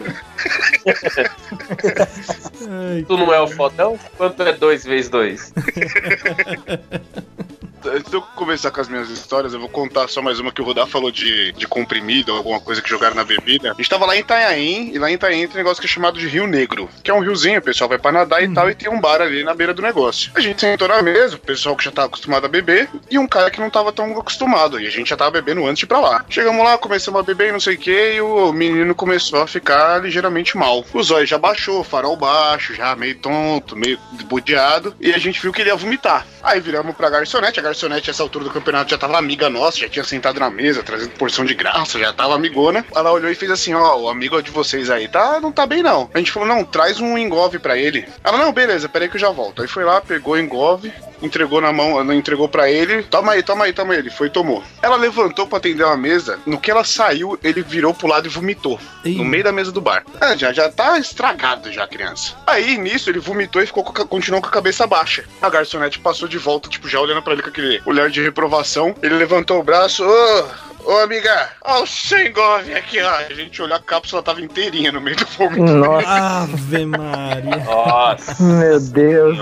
Ai, Tu não é o fodão? Quanto é 2 vezes 2? Antes de eu começar com as minhas histórias, eu vou contar só mais uma que o Rodar falou de comprimido ou alguma coisa que jogaram na bebida. A gente tava lá em Itanhaém, e lá em Itanhaém tem um negócio que é chamado de Rio Negro, que é um riozinho, o pessoal vai pra nadar e tal, e tem um bar ali na beira do negócio. A gente sentou na mesa, o pessoal que já tava acostumado a beber, e um cara que não tava tão acostumado, e a gente já tava bebendo antes de ir pra lá. Chegamos lá, começamos a beber e não sei o que, e o menino começou a ficar ligeiramente mal. O zóio já baixou, farol baixo, já meio tonto, meio desbodeado, e a gente viu que ele ia vomitar. Aí viramos pra garçonete, a garçonete, essa altura do campeonato, já tava amiga nossa, já tinha sentado na mesa, trazendo porção de graça, já tava amigona. Ela olhou e fez assim, ó, o amigo de vocês aí não tá bem não. A gente falou, não, traz um engove pra ele. Ela, não, beleza, peraí que eu já volto. Aí foi lá, pegou o engove, entregou na mão, entregou pra ele, toma aí, ele foi e tomou. Ela levantou pra atender uma mesa, no que ela saiu, ele virou pro lado e vomitou, no meio da mesa do bar. Já tá estragado já, criança. Aí, nisso, ele vomitou e continuou com a cabeça baixa. A garçonete passou de volta, tipo, já olhando pra ele com aquele olhar de reprovação. Ele levantou o braço, ô amiga, ó o Sengove aqui, ó. A gente olhou, a cápsula tava inteirinha no meio do vômito. Nossa. Ave Maria. Nossa. Meu Deus.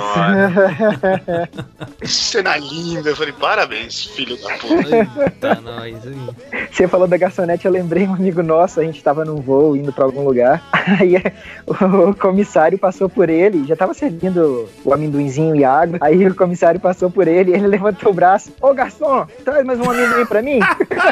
Cena linda. Eu falei, parabéns, filho da puta. Eita, nós aí. Você falou da garçonete, eu lembrei um amigo nosso, a gente tava num voo indo pra algum lugar, aí o comissário passou por ele, já tava servindo o amendoinzinho e água, aí o comissário passou por ele e ele levantou o braço, ô garçom, traz mais um amendoim pra mim.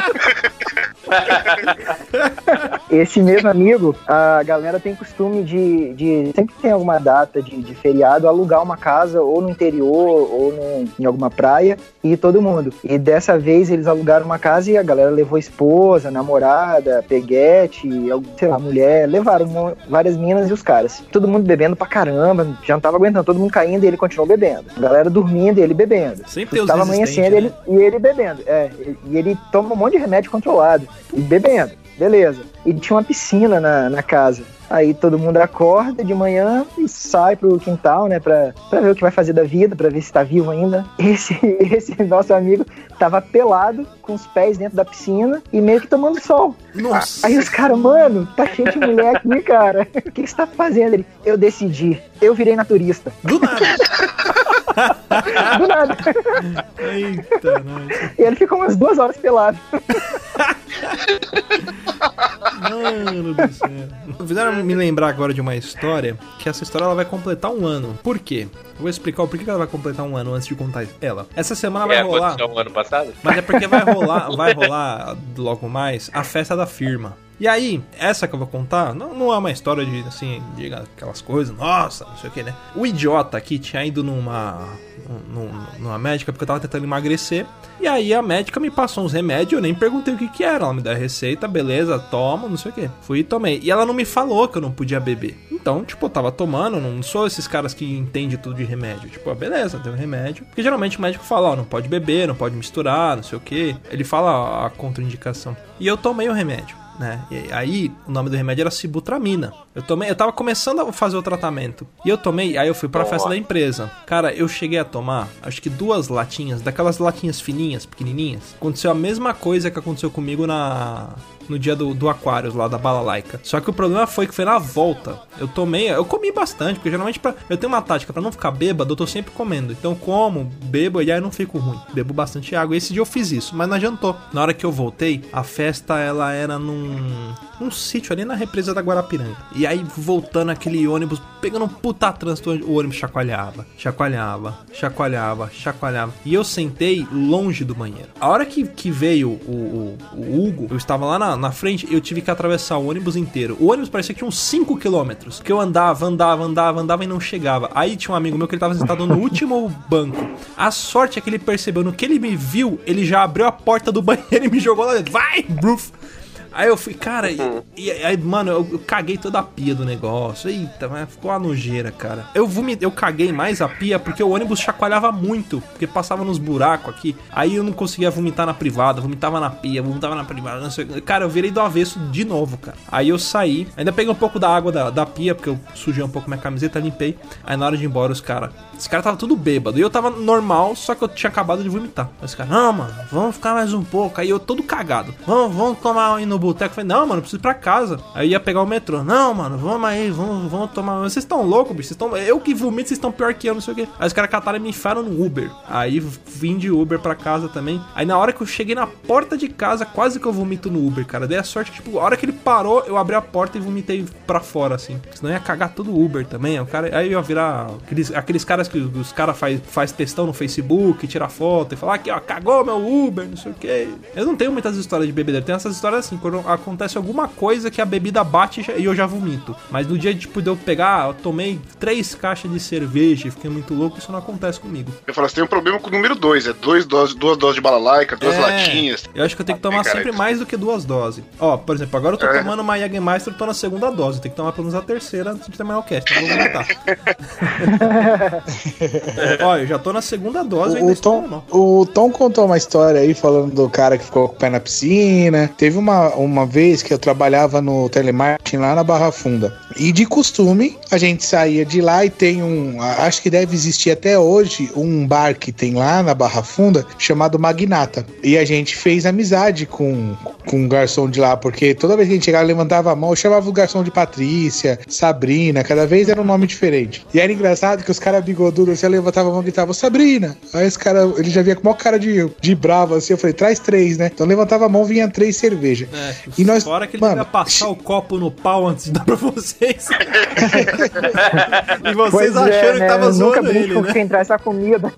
Esse mesmo amigo, a galera tem costume de sempre que tem alguma data de feriado, alugar uma casa ou no interior ou em alguma praia e todo mundo. E dessa vez eles alugaram uma casa e a galera levou esposa, namorada, peguete, sei lá, mulher, levaram várias minas e os caras. Todo mundo bebendo pra caramba, já não tava aguentando, todo mundo caindo e ele continuou bebendo. A galera dormindo e ele bebendo. Sempre tem os tava amanhecendo, resistentes, né? e ele bebendo. E ele toma um monte de remédio controlado e bebendo. Beleza. E tinha uma piscina na casa. Aí todo mundo acorda de manhã e sai pro quintal, né, pra ver o que vai fazer da vida, pra ver se tá vivo ainda. Esse nosso amigo tava pelado, com os pés dentro da piscina e meio que tomando sol. Nossa. Aí os caras, mano, tá cheio de mulher aqui, cara. O que você tá fazendo? Ele, eu decidi. Eu virei naturista. Do nada. Do nada. Eita, nós. E ele ficou umas 2 horas pelado. Mano do céu. Fizeram me lembrar agora de uma história, que essa história ela vai completar 1 ano. Por quê? Eu vou explicar o porquê que ela vai completar 1 ano antes de contar ela. Essa semana vai rolar. Aconteceu um ano passado? Mas é porque vai rolar logo mais a festa da firma. E aí, essa que eu vou contar, não é uma história de, assim, de aquelas coisas, nossa, não sei o que, né? O idiota aqui tinha ido numa médica porque eu tava tentando emagrecer. E aí a médica me passou uns remédios, eu nem perguntei o que era. Ela me deu a receita, beleza, toma, não sei o que. Fui e tomei. E ela não me falou que eu não podia beber. Então, tipo, eu tava tomando, não sou esses caras que entendem tudo de remédio. Tipo, beleza, tem um remédio. Porque geralmente o médico fala, não pode beber, não pode misturar, não sei o que. Ele fala a contraindicação. E eu tomei o remédio. né? E aí, o nome do remédio era Sibutramina. Eu tava começando a fazer o tratamento. E eu tomei, aí eu fui pra festa da empresa. Cara, eu cheguei a tomar, acho que 2 latinhas, daquelas latinhas fininhas, pequenininhas. Aconteceu a mesma coisa que aconteceu comigo no dia do Aquarius, lá da Balalaica. Só que o problema foi que foi na volta. Eu comi bastante, porque geralmente eu tenho uma tática pra não ficar bêbado, eu tô sempre comendo. Então eu como, bebo e aí não fico ruim. Bebo bastante água. E esse dia eu fiz isso, mas não adiantou. Na hora que eu voltei, a festa ela era num sítio ali na represa da Guarapiranga. E aí voltando aquele ônibus, pegando um puta trânsito, o ônibus chacoalhava. E eu sentei longe do banheiro. A hora que veio o Hugo, eu estava lá na frente, eu tive que atravessar o ônibus inteiro. O ônibus parecia que tinha uns 5 quilômetros. Que eu andava e não chegava. Aí tinha um amigo meu que ele tava sentado no último banco. A sorte é que ele percebeu, no que ele me viu, ele já abriu a porta do banheiro e me jogou lá dentro. Vai, bruf! Aí eu fui, cara, aí, mano, eu caguei toda a pia do negócio. Eita, mas ficou uma nojeira, cara. Eu caguei mais a pia porque o ônibus chacoalhava muito, porque passava nos buracos aqui. Aí eu não conseguia vomitar na privada, vomitava na pia, vomitava na privada, não sei. Cara, eu virei do avesso de novo, cara. Aí eu saí, ainda peguei um pouco da água da pia, porque eu sujei um pouco minha camiseta, limpei. Aí na hora de ir embora, os caras tava tudo bêbado. E eu tava normal, só que eu tinha acabado de vomitar. Aí os caras, não, mano, vamos ficar mais um pouco. Aí eu todo cagado. Vamos tomar aí no boteco. Eu falei, não, mano, preciso ir pra casa. Aí eu ia pegar o metrô. Não, mano, vamos aí, vamos tomar. Vocês estão loucos, bicho? Eu que vomito, vocês estão pior que eu, não sei o quê. Aí os caras cataram e me enfiaram no Uber. Aí vim de Uber pra casa também. Aí na hora que eu cheguei na porta de casa, quase que eu vomito no Uber, cara. Dei a sorte que, tipo, a hora que ele parou, eu abri a porta e vomitei pra fora, assim. Senão ia cagar todo o Uber também. Aí eu ia virar aqueles caras que os caras faz textão no Facebook, tira foto e fala aqui, ó, cagou meu Uber, não sei o quê. Eu não tenho muitas histórias de bebedeira. Tem essas histórias assim, quando acontece alguma coisa que a bebida bate e eu já vomito. Mas no dia, tipo, de eu pegar, eu tomei 3 caixas de cerveja e fiquei muito louco, isso não acontece comigo. Eu falo, você tem um problema com o número 2, 2 doses de balalaica, 2 latinhas. Eu acho que eu tenho que tomar sempre mais do que 2 doses. Ó, por exemplo, agora eu tô tomando uma Jägermeister, eu tô na 2ª dose. Tem que tomar pelo menos a 3ª antes de terminar o cast, não vou vomitar. Ó, eu já tô na 2ª dose. O Tom contou uma história aí, falando do cara que ficou com o pé na piscina. Teve uma vez que eu trabalhava no telemarketing lá na Barra Funda. E de costume, a gente saía de lá e tem acho que deve existir até hoje, um bar que tem lá na Barra Funda, chamado Magnata. E a gente fez amizade com um garçom de lá, porque toda vez que a gente chegava, levantava a mão, eu chamava o garçom de Patrícia, Sabrina, cada vez era um nome diferente. E era engraçado que os caras bigodudos, você levantava a mão e gritavam, Sabrina! Aí esse cara, ele já via com o maior cara de bravo, assim, eu falei, traz 3, né? Então levantava a mão, vinha 3 cervejas. E nós, fora que ele ia passar o copo no pau antes de dar pra vocês. E vocês achando que tava zoando ele, né? Nunca entrar essa comida.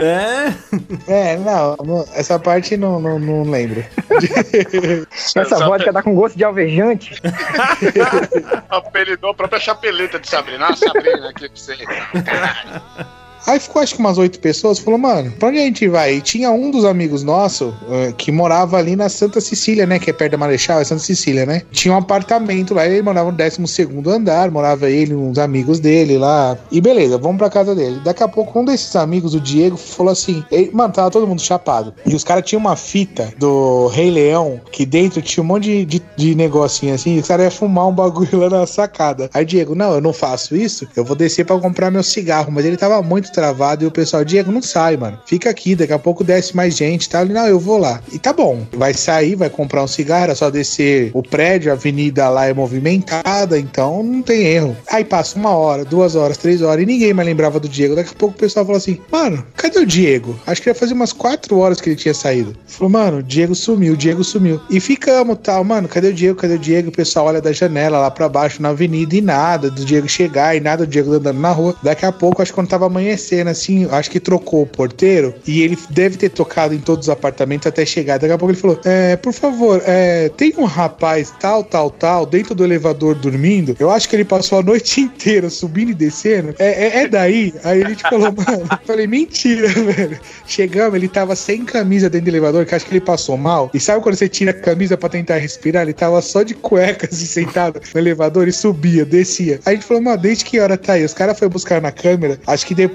Não, essa parte não lembro. Essa vodka tá com gosto de alvejante. Apelidou a própria chapeleta de Sabrina. Ah, Sabrina, aqui pra você. Aí ficou acho que umas 8 pessoas, falou, mano, pra onde a gente vai? E tinha um dos amigos nossos que morava ali na Santa Cecília, né? Que é perto da Marechal, é Santa Cecília, né? Tinha um apartamento lá, ele morava no 12º andar, morava ele, uns amigos dele lá. E beleza, vamos pra casa dele. Daqui a pouco, um desses amigos, o Diego, falou assim, mano, tava todo mundo chapado. E os caras tinham uma fita do Rei Leão, que dentro tinha um monte de negocinho assim, e os caras iam fumar um bagulho lá na sacada. Aí Diego, não, eu não faço isso, eu vou descer pra comprar meu cigarro. Mas ele tava muito travado e o pessoal, Diego, não sai, mano. Fica aqui, daqui a pouco desce mais gente, tá? Ele, não, eu vou lá. E tá bom. Vai sair, vai comprar um cigarro, era só descer o prédio, a avenida lá é movimentada, então não tem erro. Aí passa 1 hora, 2 horas, 3 horas e ninguém mais lembrava do Diego. Daqui a pouco o pessoal falou assim, mano, cadê o Diego? Acho que ia fazer umas 4 horas que ele tinha saído. Falou, mano, o Diego sumiu. E ficamos, tal, mano, cadê o Diego? O pessoal olha da janela lá pra baixo na avenida e nada do Diego chegar e nada do Diego andando na rua. Daqui a pouco, acho que quando tava amanhecendo, assim, acho que trocou o porteiro e ele deve ter tocado em todos os apartamentos até chegar. Daqui a pouco ele falou, por favor, tem um rapaz tal, dentro do elevador dormindo. Eu acho que ele passou a noite inteira subindo e descendo. É daí? Aí a gente falou, mano, eu falei, mentira, velho. Chegamos, ele tava sem camisa dentro do elevador, que acho que ele passou mal. E sabe quando você tira a camisa pra tentar respirar? Ele tava só de cueca, assim, sentado no elevador e subia, descia. Aí a gente falou, mano, desde que hora tá aí? Os caras foram buscar na câmera, acho que depois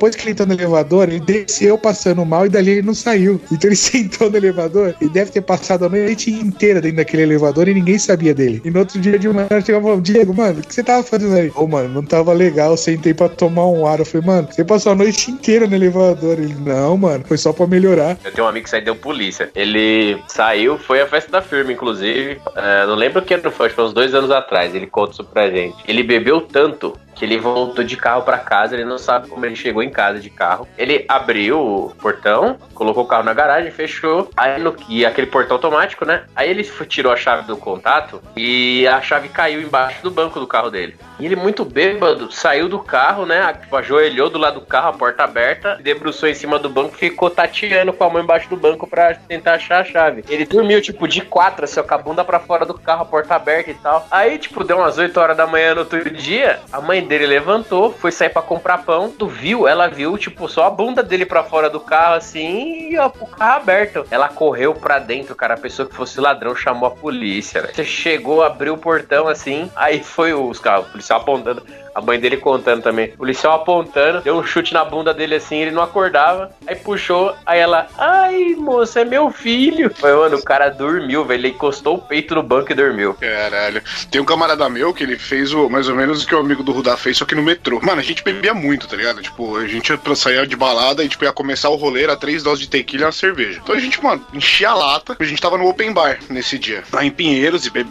depois que ele entrou no elevador, ele desceu passando mal e dali ele não saiu. Então ele sentou no elevador e deve ter passado a noite inteira dentro daquele elevador e ninguém sabia dele. E no outro dia de manhã, eu chegava e falava, Diego, mano, o que você tava fazendo aí? Mano, não tava legal, eu sentei pra tomar um ar. Eu falei, mano, você passou a noite inteira no elevador. Ele, não, mano, foi só pra melhorar. Eu tenho um amigo que saiu, deu polícia. Ele saiu, foi à festa da firma, inclusive. Não lembro o que foi, acho que foi uns 2 anos atrás. Ele conta isso pra gente. Ele bebeu tanto que ele voltou de carro pra casa, ele não sabe como ele chegou em casa de carro. Ele abriu o portão, colocou o carro na garagem, fechou, e aquele portão automático, né? Aí ele tirou a chave do contato e a chave caiu embaixo do banco do carro dele. E ele, muito bêbado, saiu do carro, né? Ajoelhou do lado do carro, a porta aberta, debruçou em cima do banco e ficou tateando com a mão embaixo do banco pra tentar achar a chave. Ele dormiu, tipo, de 4, assim, com a bunda pra fora do carro, a porta aberta e tal. Aí, tipo, deu umas 8 horas da manhã no outro dia, a mãe dele levantou, foi sair pra comprar pão, ela viu, tipo, só a bunda dele pra fora do carro, assim, e o carro aberto. Ela correu pra dentro, cara, a pessoa que fosse ladrão chamou a polícia, né? Você chegou, abriu o portão, assim, aí foi os carros, o policial apontando, a mãe dele contando também, o policial apontando, deu um chute na bunda dele, assim, ele não acordava, aí puxou, aí ela, ai, moça, é meu filho. Foi, mano, o cara dormiu, velho, ele encostou o peito no banco e dormiu. Caralho. Tem um camarada meu que ele fez mais ou menos o que o amigo do Rudá fez, só que no metrô. Mano, a gente bebia muito, tá ligado? Tipo, a gente saía de balada e, tipo, ia começar o rolê, era 3 doses de tequila e uma cerveja. Então a gente, mano, enchia a lata. A gente tava no open bar nesse dia, lá em Pinheiros, e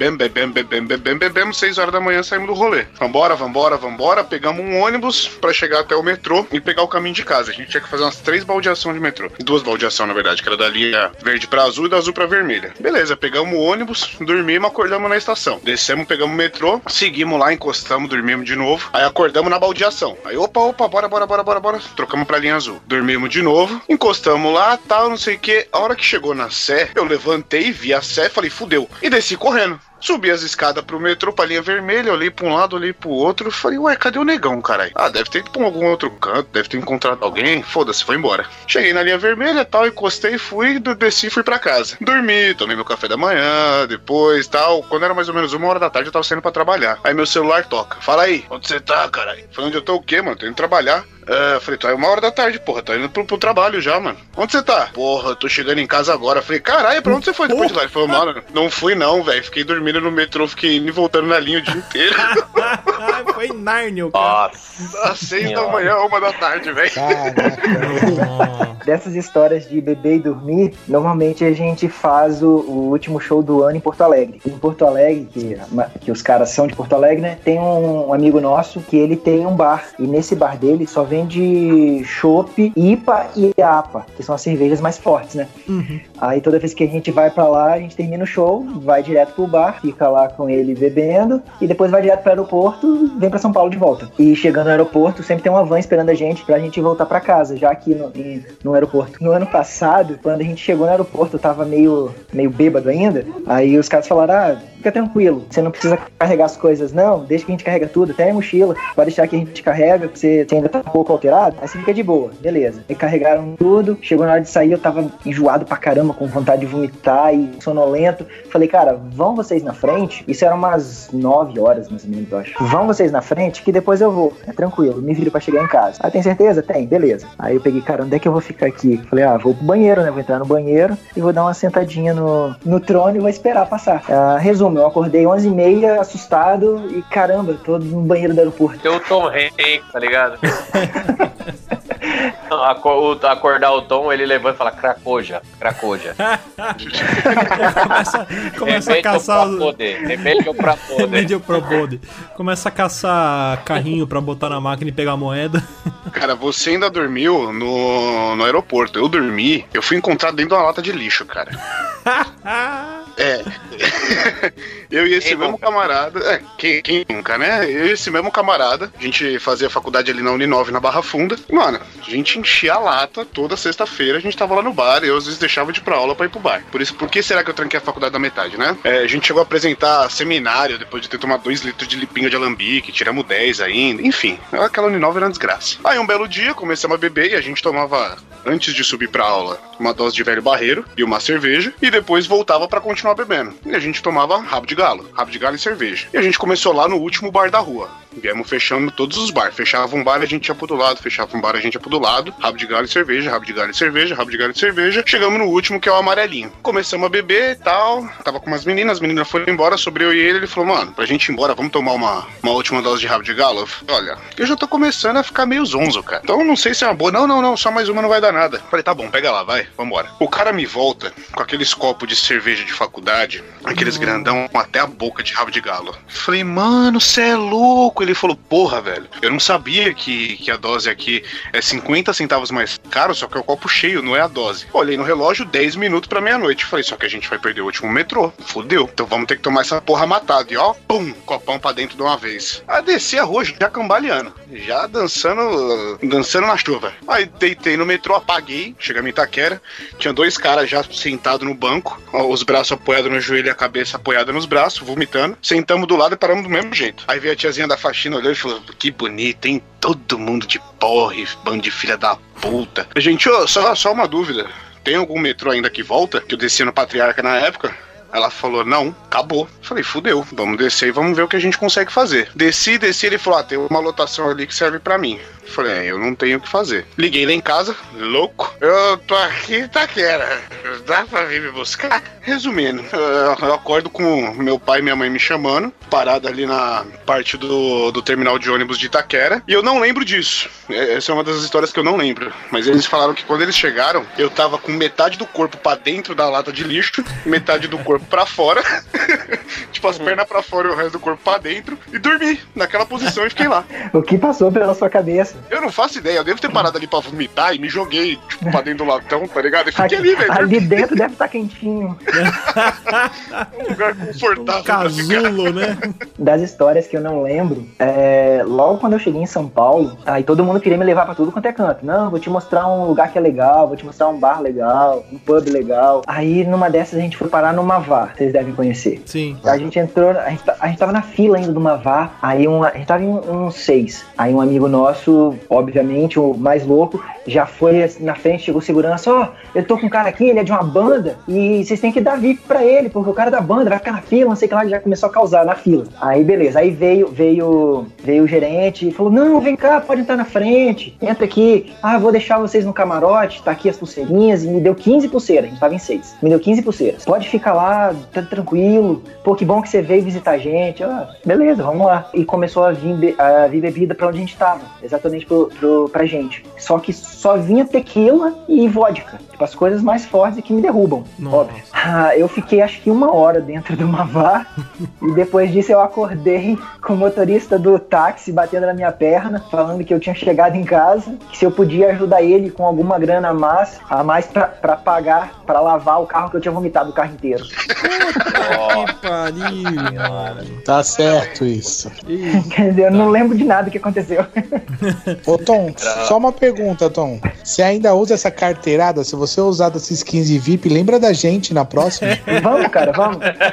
bebemos, 6 horas da manhã saímos do rolê. Vambora, pegamos um ônibus pra chegar até o metrô e pegar o caminho de casa. A gente tinha que fazer umas 3 baldeações de metrô. 2 baldeações, na verdade, que era da linha verde pra azul e da azul pra vermelha. Beleza, pegamos o ônibus, dormimos, acordamos na estação. Descemos, pegamos o metrô, seguimos lá, encostamos, dormimos de novo. Aí acordamos na baldeação. Aí, opa, bora. Trocamos pra linha azul. Dormimos de novo, encostamos lá, tal, não sei o que. A hora que chegou na Sé, eu levantei, vi a Sé, falei, fudeu. E desci correndo. Subi as escadas pro metrô, pra linha vermelha, olhei pra um lado, olhei pro outro, falei, ué, cadê o negão, caralho? Deve ter ido pra algum outro canto, deve ter encontrado alguém, foda-se, foi embora. Cheguei na linha vermelha, tal, encostei, desci e fui pra casa. Dormi, tomei meu café da manhã, depois, tal, quando era mais ou menos 1h da tarde, eu tava saindo pra trabalhar. Aí meu celular toca, fala aí, onde você tá, caralho? Falei, onde eu tô o quê, mano? Tô indo trabalhar. Falei, tô aí 1h da tarde, porra, tô indo pro trabalho já, mano. Onde você tá? Porra, eu tô chegando em casa agora. Falei, caralho, pra onde você foi depois de lá? Ele falou, mano, não fui não, velho. Fiquei dormindo no metrô, fiquei indo e voltando na linha o dia inteiro. Foi em Nárnia, cara. Nossa, às 6 da manhã, 1 da tarde, velho. Dessas histórias de beber e dormir, normalmente a gente faz o último show do ano em Porto Alegre. Em Porto Alegre, que os caras são de Porto Alegre, né? Tem um amigo nosso que ele tem um bar. E nesse bar dele só vende chopp, IPA e APA, que são as cervejas mais fortes, né? Uhum. Aí toda vez que a gente vai pra lá, a gente termina o show, vai direto pro bar, fica lá com ele bebendo, e depois vai direto pro aeroporto, vem pra São Paulo de volta. E chegando no aeroporto, sempre tem uma van esperando a gente pra gente voltar pra casa, já aqui no aeroporto. No ano passado, quando a gente chegou no aeroporto, eu tava meio bêbado ainda, aí os caras falaram, fica tranquilo, você não precisa carregar as coisas não, deixa que a gente carrega tudo, até a mochila, pode deixar que a gente carrega, que você ainda tá um pouco alterado, aí você fica de boa, beleza. Aí carregaram tudo, chegou na hora de sair, eu tava enjoado pra caramba, com vontade de vomitar e sonolento. Falei, cara, vão vocês na frente, isso era umas 9 horas mais ou menos, eu acho. Vão vocês na frente que depois eu vou, é tranquilo, me viro pra chegar em casa. Tem certeza? Tem, beleza. Aí eu peguei, cara, onde é que eu vou ficar aqui? Falei, vou pro banheiro, né, vou entrar no banheiro e vou dar uma sentadinha no trono e vou esperar passar. Resumo, eu acordei 11h30, assustado e caramba, tô no banheiro do aeroporto. Tem o Tom Hanks, tá ligado? Acordar o Tom, ele levanta e fala cracoja. começa a caçar remédio pra poder. Remédio pra poder. Começa a caçar carrinho pra botar na máquina e pegar a moeda. Cara, você ainda dormiu no aeroporto. Eu dormi, eu fui encontrado dentro de uma lata de lixo, cara. Eu e esse mesmo camarada, quem nunca, né? Eu e esse mesmo camarada, a gente fazia faculdade ali na Uninove, na Barra Funda. Mano, a gente enchia a lata toda sexta-feira, a gente tava lá no bar, eu às vezes deixava de ir pra aula pra ir pro bar. Por isso, por que será que eu tranquei a faculdade da metade, né? A gente chegou a apresentar seminário depois de ter tomado 2 litros de lipinha de alambique, tiramos 10 ainda, enfim. Aquela Uninove era uma desgraça. Aí um belo dia, começamos a beber e a gente tomava, antes de subir pra aula, uma dose de velho barreiro e uma cerveja, e depois voltava pra continuar bebendo. E a gente tomava rabo de galo e cerveja. E a gente começou lá no último bar da rua. Viemos fechando todos os bares. Fechava um bar, a gente ia pro outro lado. Fechava um bar, a gente ia pro outro lado. Rabo de galho e cerveja, rabo de galho e cerveja, rabo de galho e cerveja. Chegamos no último, que é o amarelinho. Começamos a beber e tal. Tava com umas meninas, as meninas foram embora, sobre eu e ele falou, mano, pra gente ir embora, vamos tomar uma última dose de rabo de galo? Eu falei, olha, eu já tô começando a ficar meio zonzo, cara. Então não sei se é uma boa. Não, só mais uma não vai dar nada. Falei, tá bom, pega lá, vai, vambora. O cara me volta com aqueles copos de cerveja de faculdade, aqueles grandão até a boca de rabo de galo. Falei, mano, cê é louco. Ele falou, porra, velho, eu não sabia que a dose aqui é 50 centavos mais caro, só que é o copo cheio, não é a dose. Olhei no relógio, 10 minutos pra meia-noite. Falei, só que a gente vai perder o último metrô. Fudeu. Então vamos ter que tomar essa porra matada. E ó, pum, copão pra dentro de uma vez. Aí desci a rua já cambaleando, já dançando na chuva. Aí deitei no metrô, apaguei, chegamos em Itaquera, tinha 2 caras já sentados no banco, os braços apoiados no joelho e a cabeça apoiada nos braços, vomitando. Sentamos do lado e paramos do mesmo jeito. Aí veio a tiazinha da faxina olhando e falou, que bonito, hein? Todo mundo de porre, bando de filha da puta. Gente, só uma dúvida. Tem algum metrô ainda que volta? Que eu descia no Patriarca na época. Ela falou, não, acabou. Falei, fudeu, vamos descer e vamos ver o que a gente consegue fazer. Desci, ele falou, tem uma lotação ali que serve pra mim. Falei, eu não tenho o que fazer. Liguei lá em casa, louco. Eu tô aqui em Itaquera, dá pra vir me buscar? Resumindo, eu acordo com meu pai e minha mãe me chamando, parado ali na parte do terminal de ônibus de Itaquera, e eu não lembro disso. Essa é uma das histórias que eu não lembro. Mas eles falaram que quando eles chegaram, eu tava com metade do corpo pra dentro da lata de lixo, metade do corpo pra fora, tipo as pernas pra fora e o resto do corpo pra dentro, e dormi naquela posição e fiquei lá. O que passou pela sua cabeça? Eu não faço ideia, eu devo ter parado ali pra vomitar e me joguei, tipo, pra dentro do latão, tá ligado? E fiquei ali, velho. Ali dentro deve estar quentinho. Um lugar confortável. Um casulo, né? Das histórias que eu não lembro, logo quando eu cheguei em São Paulo, aí todo mundo queria me levar pra tudo quanto é canto. Não, vou te mostrar um lugar que é legal, vou te mostrar um bar legal, um pub legal. Aí numa dessas a gente foi parar no Mavá, vocês devem conhecer. Sim. A gente entrou, a gente tava na fila ainda do Mavá, aí a gente tava em uns 6. Aí um amigo nosso, obviamente, o mais louco, já foi na frente, chegou segurança, eu tô com um cara aqui, ele é de uma banda, e vocês têm que dar VIP pra ele, porque o cara da banda vai ficar na fila, não sei o que lá, já começou a causar na fila. Aí beleza, aí veio o gerente e falou, não, vem cá, pode entrar na frente, entra aqui, vou deixar vocês no camarote, tá aqui as pulseirinhas, e me deu 15 pulseiras, a gente tava em 6, me deu 15 pulseiras, pode ficar lá, tá tranquilo, pô, que bom que você veio visitar a gente, beleza, vamos lá. E começou a vir bebida pra onde a gente tava, exatamente pra gente. Só que só vinha tequila e vodka. Tipo, as coisas mais fortes que me derrubam. Nossa. Óbvio. Eu fiquei acho que 1 hora dentro do Mavá. E depois disso eu acordei com o motorista do táxi batendo na minha perna, falando que eu tinha chegado em casa, que se eu podia ajudar ele com alguma grana a mais pra pagar, pra lavar o carro, que eu tinha vomitado o carro inteiro. Que pariu. Tá certo isso. Quer dizer, eu não lembro de nada que aconteceu. Ô Tom, só uma pergunta, Tom. Você ainda usa essa carteirada? Se você usar desses 15 VIP, lembra da gente na próxima? Vamos, cara, vamos.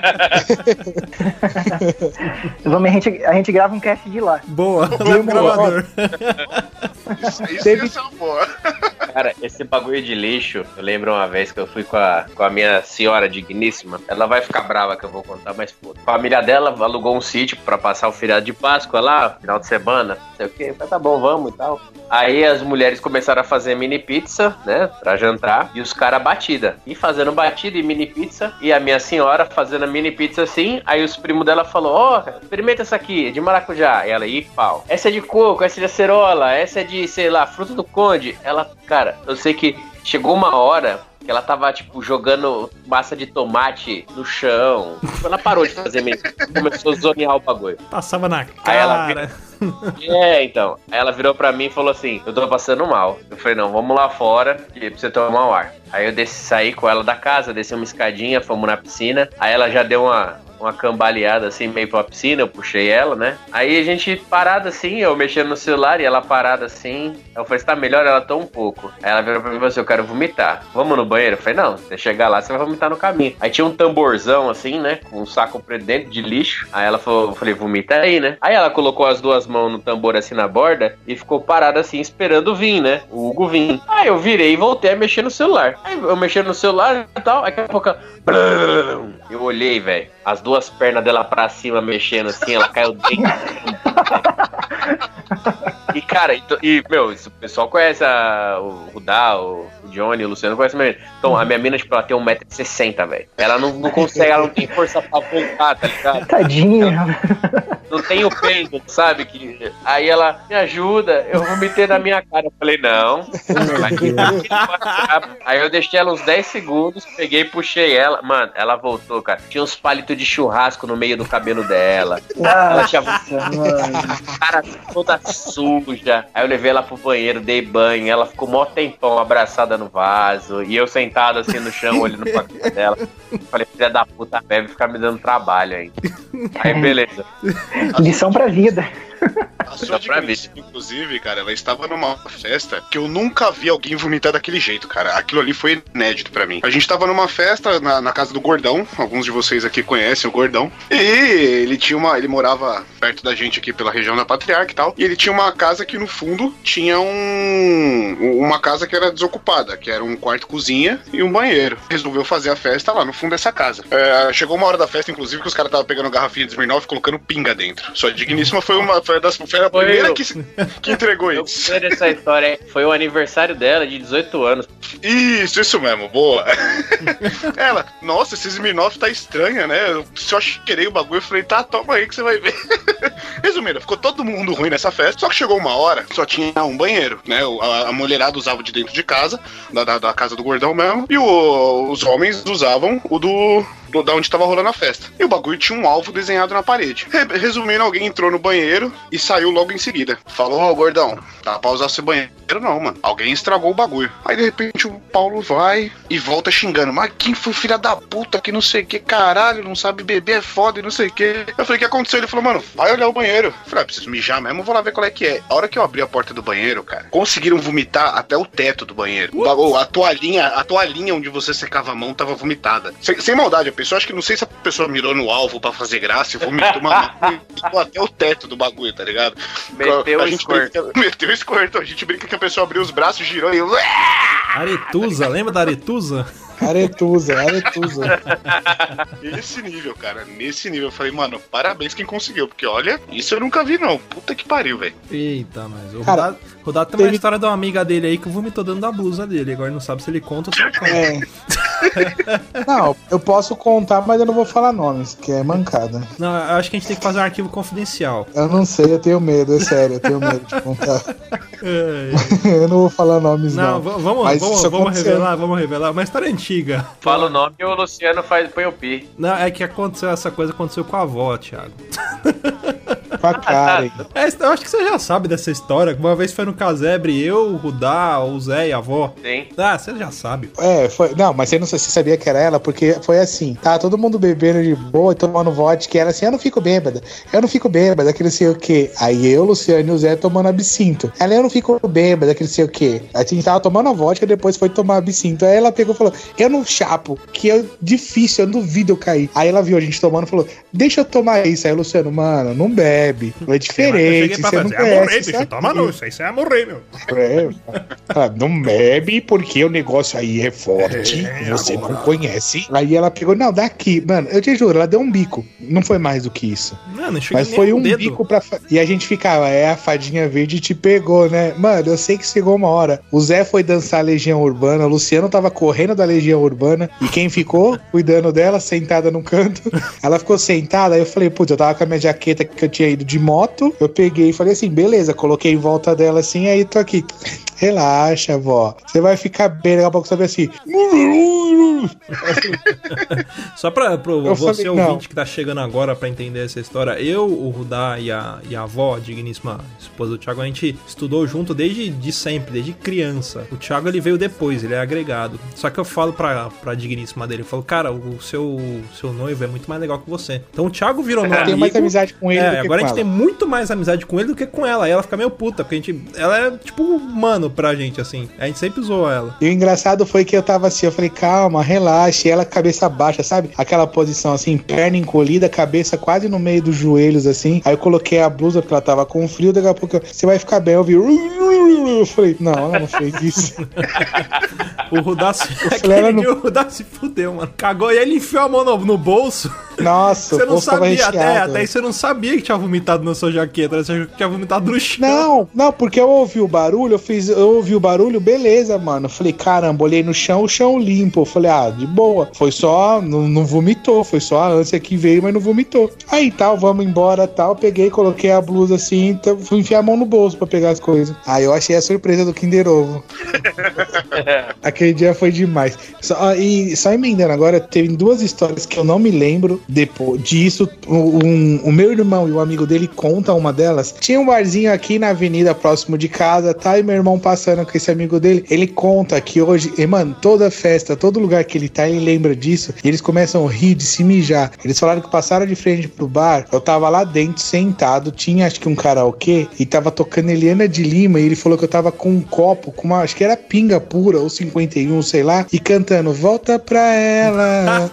A gente grava um cast de lá. Boa, leva o gravador. Isso ia ser uma boa. Cara, esse bagulho de lixo, eu lembro uma vez que eu fui com a minha senhora digníssima. Ela vai ficar brava que eu vou contar, mas foda. A família dela alugou um sítio pra passar o feriado de Páscoa lá, final de semana, não sei o quê. Tá bom, vamos e tal. Aí as mulheres começaram a fazer mini pizza, né, pra jantar, e os caras batida. E fazendo batida e mini pizza, e a minha senhora fazendo a mini pizza assim, aí os primos dela falou, experimenta essa aqui, de maracujá. E ela, pau. Essa é de coco, essa é de acerola, essa é de, sei lá, fruta do conde. Ela, cara, eu sei que chegou uma hora que ela tava, tipo, jogando massa de tomate no chão. Ela parou de fazer mini pizza, começou a zonear o bagulho. Passava na cara. Aí ela então. Aí ela virou pra mim e falou assim, eu tô passando mal. Eu falei, não, vamos lá fora, pra você tomar um ar. Aí eu saí com ela da casa, desci uma escadinha, fomos na piscina. Aí ela já deu uma cambaleada assim, meio pra piscina, eu puxei ela, né? Aí a gente parada assim, eu mexendo no celular e ela parada assim. Eu falei, você tá melhor? Ela tá um pouco. Aí ela virou pra mim e falou assim, eu quero vomitar. Vamos no banheiro? Eu falei, não, você chegar lá, você vai vomitar no caminho. Aí tinha um tamborzão assim, né? Com um saco preto dentro de lixo. Aí ela falou, eu falei, vomita aí, né? Aí ela colocou as 2 mãos no tambor assim na borda e ficou parada assim, esperando vir, né? O Hugo vir. Aí eu virei e voltei a mexer no celular. Aí eu mexendo no celular e tal, aí daqui a pouco eu olhei, velho, as 2 pernas dela pra cima mexendo assim, ela caiu dentro. E, cara, meu, o pessoal conhece o Rudá, o Johnny, o Luciano conhece a minha mina. Então, a minha mina, tipo, ela tem 1,60m, velho. Ela não consegue, ela não tem força pra voltar, tá ligado? Tadinha. Não tem o peito, sabe? Aí ela, me ajuda, eu vomitei na minha cara. Eu falei, não. Aí eu deixei ela uns 10 segundos, peguei e puxei ela. Mano, ela voltou, cara. Tinha uns palitos de churrasco no meio do cabelo dela. Ela tinha cara toda suja. Aí eu levei ela pro banheiro, dei banho. Ela ficou mó tempão abraçada no vaso. E eu sentado assim no chão, olhando pra cara dela. Falei, filha da puta, deve ficar me dando trabalho aí. Aí, beleza. Lição pra vida. A sua inclusive, cara, ela estava numa festa que eu nunca vi alguém vomitar daquele jeito, cara. Aquilo ali foi inédito pra mim. A gente tava numa festa na casa do Gordão. Alguns de vocês aqui conhecem o Gordão. E ele morava perto da gente aqui pela região da Patriarca e tal. E ele tinha uma casa que no fundo tinha uma casa que era desocupada, que era um quarto-cozinha e um banheiro. Resolveu fazer a festa lá no fundo dessa casa. Chegou uma hora da festa, inclusive, que os caras estavam pegando garrafinha de Smirnoff e colocando pinga dentro. Sua digníssima foi a primeira que entregou isso. Eu sei dessa história, foi o aniversário dela, de 18 anos. Isso mesmo, boa. Ela, nossa, esse Smirnoff tá estranha, né? Eu só cheirei o bagulho e falei, tá, toma aí que você vai ver. Resumindo, ficou todo mundo ruim nessa festa, só que chegou uma hora, só tinha um banheiro, né? A mulherada usava de dentro de casa, da casa do Gordão mesmo, e os homens usavam o da onde tava rolando a festa. E o bagulho tinha um alvo desenhado na parede. Resumindo, alguém entrou no banheiro e saiu logo em seguida. Falou, ô Gordão, dá pra usar seu banheiro? Não, mano. Alguém estragou o bagulho. Aí de repente o Paulo vai e volta xingando. Mas quem foi filha da puta que não sei o que, caralho, não sabe beber, é foda e não sei o que. Eu falei, o que aconteceu? Ele falou, mano, vai olhar o banheiro. Eu falei, preciso mijar mesmo, vou lá ver qual é que é. A hora que eu abri a porta do banheiro, cara, conseguiram vomitar até o teto do banheiro. A toalhinha onde você secava a mão tava vomitada. Sem maldade, a pessoa, acho que não sei se a pessoa mirou no alvo pra fazer graça e vomitou até o teto do bagulho, tá ligado? Meteu o escorto. Meteu o escorto. A gente brinca que a pessoa abriu os braços, girou e... Aretusa, lembra da Aretusa? Aretusa. Nesse nível, cara. Nesse nível. Eu falei, mano, parabéns quem conseguiu. Porque, olha, isso eu nunca vi, não. Puta que pariu, velho. Eita, mas o Rodado tem uma história de uma amiga dele aí que vomitou dentro da blusa dele. Agora não sabe se ele conta ou se ele conta. Não, eu posso contar, mas eu não vou falar nomes, que é mancada. Não, eu acho que a gente tem que fazer um arquivo confidencial. Eu não sei, eu tenho medo, é sério, eu tenho medo de contar. Eu não vou falar nomes, não. Vamos revelar. Uma história antiga. Fala o nome e o Luciano põe o pi. Não, é que essa coisa aconteceu com a avó, Thiago. Com a cara. Eu acho que você já sabe dessa história. Uma vez foi no casebre, eu, o Rudá, o Zé e a avó. Sim. Ah, você já sabe. Foi. Não, mas você não sabia que era ela, porque foi assim. Tá todo mundo bebendo de boa e tomando vodka. Ela assim, eu não fico bêbada, aquele não sei o que. Aí eu, Luciano e o Zé tomando absinto. Ela, eu não fico bêbada, aquele não sei o que. Aí a gente tava tomando a vodka, depois foi tomar absinto. Aí ela pegou e falou, eu não chapo, que é difícil, eu duvido eu cair. Aí ela viu a gente tomando e falou, deixa eu tomar isso. Aí o Luciano, mano, não bebe. É diferente, você não conhece. Deixa eu tomar não, isso aí você vai morrer, meu. Não bebe porque o negócio aí é forte, você não conhece. Aí ela pegou, não, daqui. Mano, eu te juro, ela deu um bico. Não foi mais do que isso. Mano, mas foi um bico pra... E a gente ficava, a fadinha verde te pegou, né? Mano, eu sei que chegou uma hora. O Zé foi dançar a Legião Urbana, o Luciano tava correndo da Legião Urbana, e quem ficou cuidando dela, sentada no canto, ela ficou sentada, aí eu falei, putz, eu tava com a minha jaqueta que eu tinha ido de moto, eu peguei e falei assim, beleza, coloquei em volta dela assim, aí tô aqui. Relaxa, vó. Você vai ficar bem, daqui a pouco você vai assim. Só pra você ouvinte que tá chegando agora pra entender essa história, eu, o Rudá e a avó, a digníssima esposa do Thiago, a gente estudou junto desde sempre, desde criança. O Thiago, ele veio depois, ele é agregado. Só que eu falo pra digníssima dele, eu falo, cara, o seu noivo é muito mais legal que você. Então o Thiago virou meu amigo. Tem mais amizade com ele do que agora com a gente ela. tem muito mais amizade com ele do que com ela. Aí ela fica meio puta, porque ela é tipo mano pra gente, assim. A gente sempre zoou ela. E o engraçado foi que eu tava assim, eu falei, calma, relaxa. E ela cabeça baixa, sabe? Aquela posição assim, perna encolhida, cabeça quase no meio dos joelhos, assim. Aí eu coloquei a blusa porque ela tava com frio, daqui a pouco você vai ficar bem. Eu vi. Eu falei, não, ela não fez isso. O Rudá se fudeu, mano. Cagou e ele enfiou a mão no bolso. Nossa, Você o não bolso tava sabia, recheado. até aí você não sabia que tinha vomitado na sua jaqueta, né? Você achou que tinha vomitado no chão. Não, porque eu ouvi o barulho, beleza, mano. Eu falei, caramba, olhei no chão, o chão limpo. Eu falei, de boa. Foi só, não vomitou, foi só a ânsia que veio, mas não vomitou. Aí tal, vamos embora, tal. Peguei, coloquei a blusa assim, fui enfiar a mão no bolso pra pegar as coisas. Aí eu achei a surpresa do Kinder Ovo. Aquele dia foi demais. Só emendando agora, teve duas histórias que eu não me lembro depois disso. O meu irmão e o amigo dele contam uma delas. Tinha um barzinho aqui na avenida próximo de casa, tá? E meu irmão passando com esse amigo dele, ele conta que hoje, mano, toda festa, todo lugar que ele tá, ele lembra disso. E eles começam a rir, de se mijar. Eles falaram que passaram de frente pro bar. Eu tava lá dentro, sentado, tinha acho que um karaokê, e tava tocando Eliana de Lima, e ele falou que eu tava com um copo, com uma, acho que era pinga pura, ou 51, sei lá, e cantando, volta pra ela.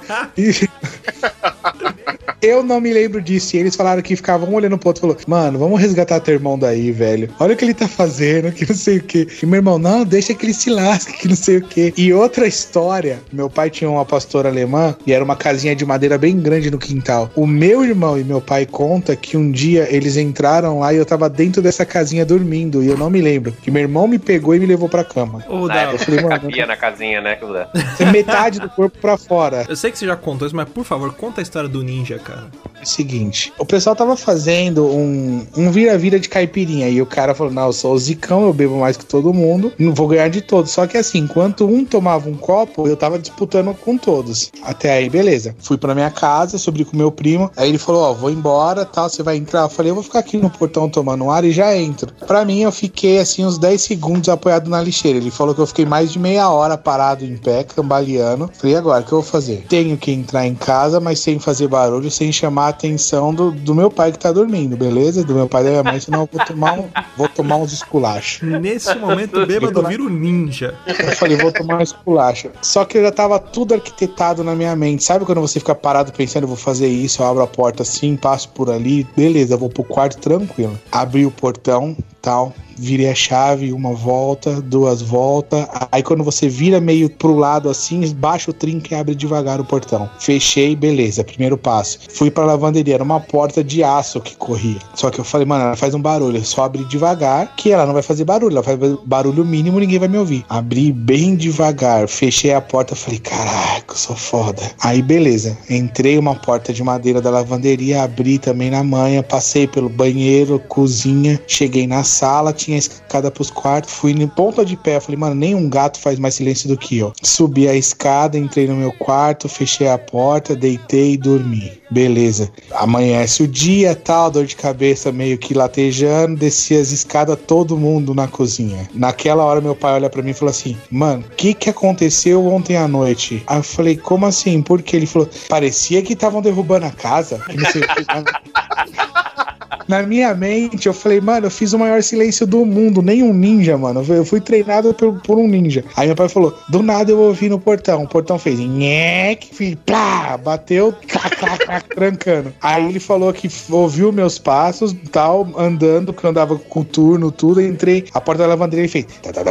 Eu não me lembro disso. E eles falaram que ficavam um olhando pro outro e falou, mano, vamos resgatar teu irmão daí, velho. Olha o que ele tá fazendo, que não sei o que. E meu irmão, não, deixa que ele se lasque, que não sei o que. E outra história, meu pai tinha uma pastora alemã e era uma casinha de madeira bem grande no quintal. O meu irmão e meu pai conta que um dia eles entraram lá e eu tava dentro dessa casinha dormindo, e eu não me lembro. Que meu irmão me pegou e me levou pra cama. Eu falei, mano, cabia na casinha, né? Metade do corpo pra fora. Eu sei que você já contou isso, mas por favor, conta a história do ninja, cara. É o seguinte, o pessoal tava fazendo um vira-vira de caipirinha, e o cara falou, não, eu sou o zicão, eu bebo mais que todo mundo, não vou ganhar de todos. Só que assim, enquanto um tomava um copo, eu tava disputando com todos. Até aí, beleza. Fui pra minha casa, subi com meu primo, aí ele falou, vou embora, tal, você vai entrar? Eu falei, eu vou ficar aqui no portão tomando ar e já entro. Pra mim, eu fiquei assim uns 10 segundos apoiado na lixeira. Ele falou que eu fiquei mais de meia hora parado em pé, cambaleando. Falei, agora, o que eu vou fazer? Tenho que entrar em casa, mas sem fazer barulho, sem chamar a atenção do meu pai que tá dormindo, beleza? Do meu pai e da minha mãe, senão eu vou tomar uns esculachos. Nesse momento, o bêbado vira o ninja. Eu falei, vou tomar um esculacho. Só que já tava tudo arquitetado na minha mente. Sabe quando você fica parado pensando, eu vou fazer isso, eu abro a porta assim, passo por ali, beleza, eu vou pro quarto tranquilo. Abri o portão, tal, virei a chave, uma volta, duas voltas. Aí quando você vira meio pro lado assim, baixa o trinco e abre devagar o portão. Fechei, beleza, primeiro passo. Fui pra lavanderia, era uma porta de aço que corria. Só que eu falei, mano, ela faz um barulho, só abre devagar, que ela não vai fazer barulho, ela faz barulho mínimo, ninguém vai me ouvir. Abri bem devagar, fechei a porta, falei, caraca, eu sou foda. Aí beleza, entrei uma porta de madeira da lavanderia, abri também na manha, passei pelo banheiro, cozinha, cheguei na sala, tinha escada pros quartos, fui em ponta de pé, falei, mano, nenhum gato faz mais silêncio do que eu. Subi a escada, entrei no meu quarto, fechei a porta, deitei e dormi. Beleza. Amanhece o dia, tal, dor de cabeça meio que latejando, desci as escadas, todo mundo na cozinha. Naquela hora meu pai olha pra mim e falou assim, mano, o que aconteceu ontem à noite? Aí eu falei, como assim? Por quê? Ele falou, parecia que estavam derrubando a casa, que não sei o que. Na minha mente, eu falei, mano, eu fiz o maior silêncio do mundo, nem um ninja, mano. Eu fui treinado por um ninja. Aí meu pai falou, do nada eu ouvi no portão. O portão fez nhec, plá, bateu, trancando. Aí ele falou que ouviu meus passos, tal, andando, porque eu andava com o turno, tudo. Entrei, a porta da lavanderia e fez...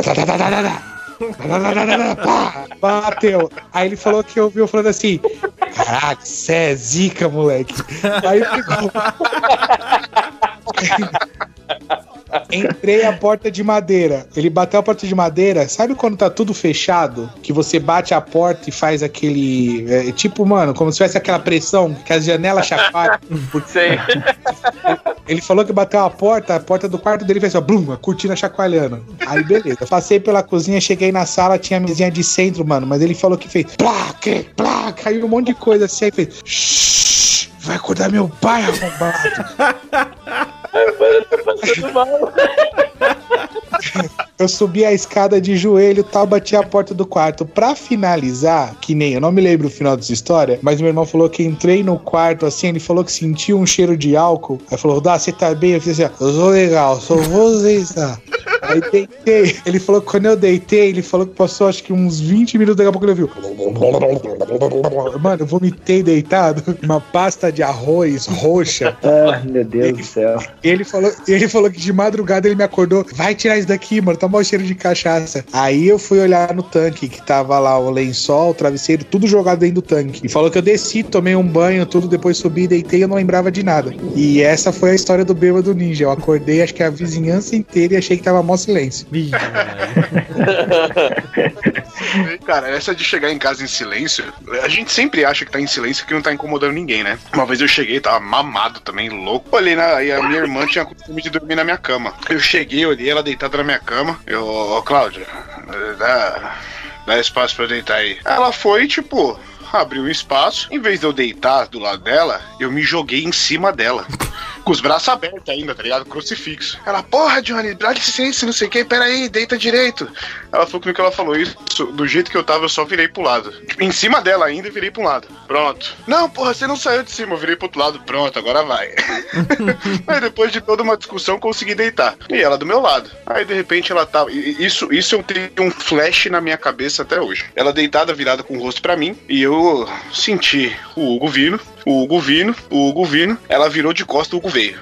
bateu. Aí ele falou que ouviu falando assim, caraca, cê é zica, moleque. Aí ficou... Entrei a porta de madeira. Ele bateu a porta de madeira. Sabe quando tá tudo fechado? Que você bate a porta e faz aquele... tipo, mano, como se tivesse aquela pressão que as janelas chacoalham. Sei. Ele falou que bateu a porta do quarto dele fez assim, ó, blum, a cortina chacoalhando. Aí beleza. Passei pela cozinha, cheguei na sala, tinha a mesinha de centro, mano. Mas ele falou que fez plá, caiu um monte de coisa assim. Aí fez, shhh, vai acordar meu pai, arrombado. Eu tô passando mal. Eu subi a escada de joelho, tal, bati a porta do quarto. Pra finalizar, que nem eu não me lembro o final dessa história, mas meu irmão falou que entrei no quarto assim, ele falou que sentiu um cheiro de álcool. Aí falou, Dá, você tá bem? Eu fiz assim, eu sou legal, sou você, tá? Aí deitei. Ele falou que quando eu deitei, ele falou que passou acho que uns 20 minutos, daqui a pouco ele viu. Mano, eu vomitei deitado, uma pasta de arroz roxa. Ah, meu Deus do céu. Ele falou que de madrugada ele me acordou acordou, vai tirar isso daqui, mano, tá mau cheiro de cachaça. Aí eu fui olhar no tanque, que tava lá o lençol, o travesseiro, tudo jogado dentro do tanque. E falou que eu desci, tomei um banho, tudo, depois subi, deitei e eu não lembrava de nada. E essa foi a história do bêbado ninja. Eu acordei, acho que a vizinhança inteira, e achei que tava mó silêncio. Cara, essa de chegar em casa em silêncio, a gente sempre acha que tá em silêncio, que não tá incomodando ninguém, né? Uma vez eu cheguei, tava mamado também, louco. Olhei e a minha irmã tinha costume de dormir na minha cama. Eu cheguei, olhei ela deitada na minha cama. Cláudia, dá espaço pra eu deitar aí. Ela foi, tipo, abriu um espaço. Em vez de eu deitar do lado dela, eu me joguei em cima dela. Com os braços abertos ainda, tá ligado? Crucifixo. Ela, porra, Johnny, dá licença, não sei o que, peraí, deita direito. Ela falou comigo que ela falou isso. Do jeito que eu tava, eu só virei pro lado. Tipo, em cima dela ainda e virei pro lado. Pronto. Não, porra, você não saiu de cima, eu virei pro outro lado. Pronto, agora vai. Aí depois de toda uma discussão, consegui deitar. E ela do meu lado. Aí de repente ela tava. Isso eu tenho um flash na minha cabeça até hoje. Ela deitada, virada com o rosto pra mim. E eu senti o Hugo vindo. Ela virou de costas, o Hugo veio.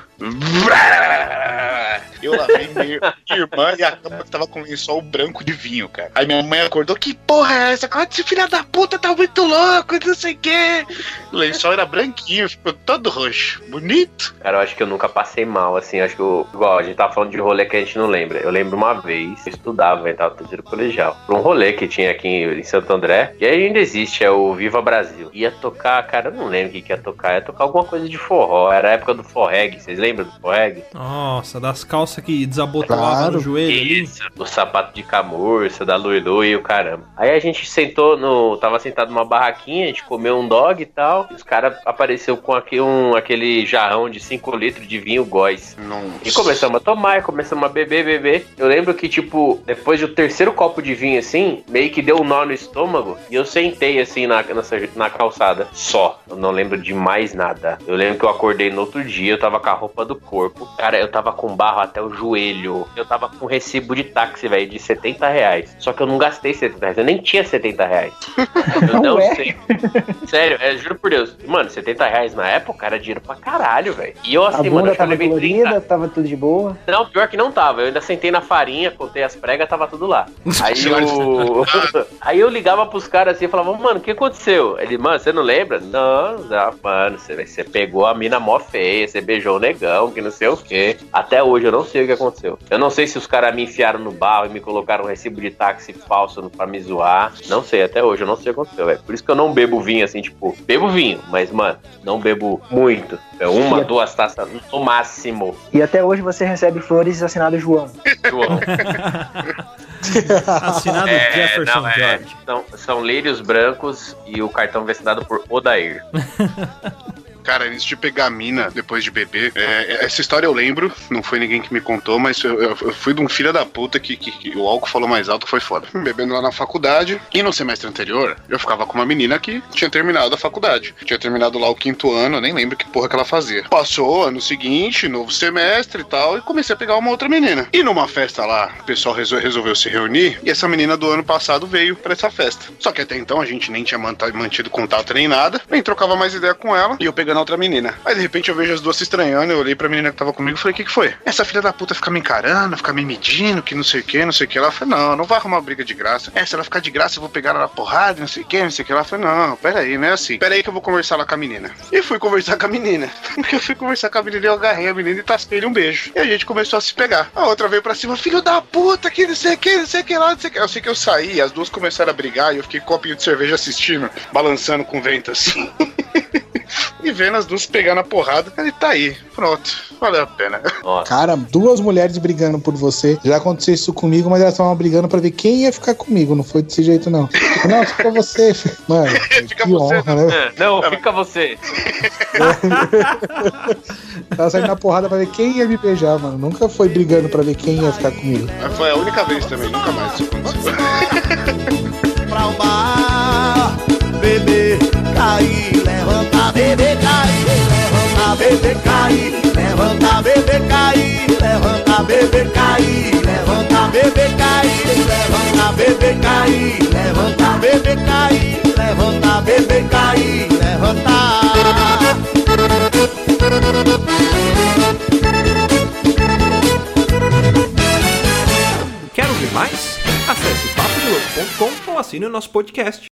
Eu lavei minha irmã e a cama tava com lençol branco de vinho, cara. Aí minha mãe acordou, que porra é essa? Esse filho da puta tá muito louco, não sei o quê. O lençol era branquinho, ficou todo roxo. Bonito. Cara, eu acho que eu nunca passei mal, assim, acho que igual, a gente tava falando de rolê que a gente não lembra. Eu lembro uma vez, eu estudava, eu tava no terceiro colegial, pra um rolê que tinha aqui em Santo André, e aí ainda existe, é o Viva Brasil. Ia tocar, cara, eu não lembro o que ia tocar alguma coisa de forró, era a época do forreg, vocês lembram do forreg? Nossa, das calças que desabotoavam no joelho. Isso, do sapato de camurça, da Lulu e o caramba. Aí a gente tava sentado numa barraquinha, a gente comeu um dog e tal, e os caras apareceu com aquele jarrão de 5 litros de vinho góis. E começamos a tomar, começamos a beber. Eu lembro que, tipo, depois do terceiro copo de vinho, assim, meio que deu um nó no estômago, e eu sentei, assim, na calçada. Só. Eu não lembro de mais nada. Eu lembro que eu acordei no outro dia, eu tava com a roupa do corpo. Cara, eu tava com barro até o joelho. Eu tava com recibo de táxi, velho, de R$70. Só que eu não gastei R$70. Eu nem tinha R$70. Eu não sei. Sério, juro por Deus. Mano, R$70 na época era dinheiro pra caralho, velho. E eu assim, mano, eu já levei 30. Tava tudo de boa? Não, pior que não tava. Eu ainda sentei na farinha, contei as pregas, tava tudo lá. Aí eu ligava pros caras assim e falava, mano, o que aconteceu? Ele, mano, você não lembra? Não, mano, você pegou a mina mó feia, você beijou o negão, que não sei o quê. Até hoje eu não sei o que aconteceu. Eu não sei se os caras me enfiaram no barro e me colocaram um recibo de táxi falso pra me zoar. Não sei, até hoje eu não sei o que aconteceu, velho. Por isso que eu não bebo vinho assim, tipo, bebo vinho, mas, mano, não bebo muito. É 1, 2 taças no máximo. E até hoje você recebe flores assinado João. Assinado Jefferson George. São lírios brancos e o cartão vai assinado por Odair. Cara, antes de pegar a mina, depois de beber, essa história eu lembro, não foi ninguém que me contou, mas eu fui de um filho da puta que o álcool falou mais alto, foi foda. Bebendo lá na faculdade, e no semestre anterior, eu ficava com uma menina que tinha terminado a faculdade. Tinha terminado lá o 5º ano, eu nem lembro que porra que ela fazia. Passou, ano seguinte, novo semestre e tal, e comecei a pegar uma outra menina. E numa festa lá, o pessoal resolveu se reunir, e essa menina do ano passado veio pra essa festa. Só que até então a gente nem tinha mantido contato nem nada, nem trocava mais ideia com ela, e eu pegando outra menina. Aí de repente eu vejo as duas se estranhando, eu olhei pra menina que tava comigo e falei, o que foi? Essa filha da puta fica me encarando, fica me medindo, que não sei o que. Ela falou, não vai arrumar briga de graça. Se ela ficar de graça eu vou pegar ela na porrada, não sei o que. Ela falou, não, peraí, não é assim. Peraí que eu vou conversar lá com a menina. E fui conversar com a menina. Porque eu fui conversar com a menina e eu agarrei a menina e tasquei-lhe um beijo. E a gente começou a se pegar. A outra veio pra cima, filho da puta, que não sei o que lá, não sei o que. Eu sei que eu saí, as duas começaram a brigar e eu fiquei com um copinho de cerveja assistindo, balançando com o vento assim. E vendo as duas pegar na porrada, ele tá aí, pronto, valeu a pena. Nossa. Cara, 2 mulheres brigando por você. Já aconteceu isso comigo, mas elas estavam brigando pra ver quem ia ficar comigo. Não foi desse jeito, não. Não, fica você. Mano, fica que você, honra, né? Não, fica você. Tava saindo na porrada pra ver quem ia me beijar, mano. Nunca foi brigando pra ver quem ia ficar comigo. Mas foi a única vez também, nunca mais isso aconteceu. Pra o bar, beber, cair, levanta, beber, cair, levanta, beber, cair, levanta, beber, cair, levanta, beber, cair, levanta, beber, cair, levanta, beber, cair, levanta, beber, cair, levanta, beber, cair, levanta. mais? Acesse papodelouco.com ou assine o nosso podcast.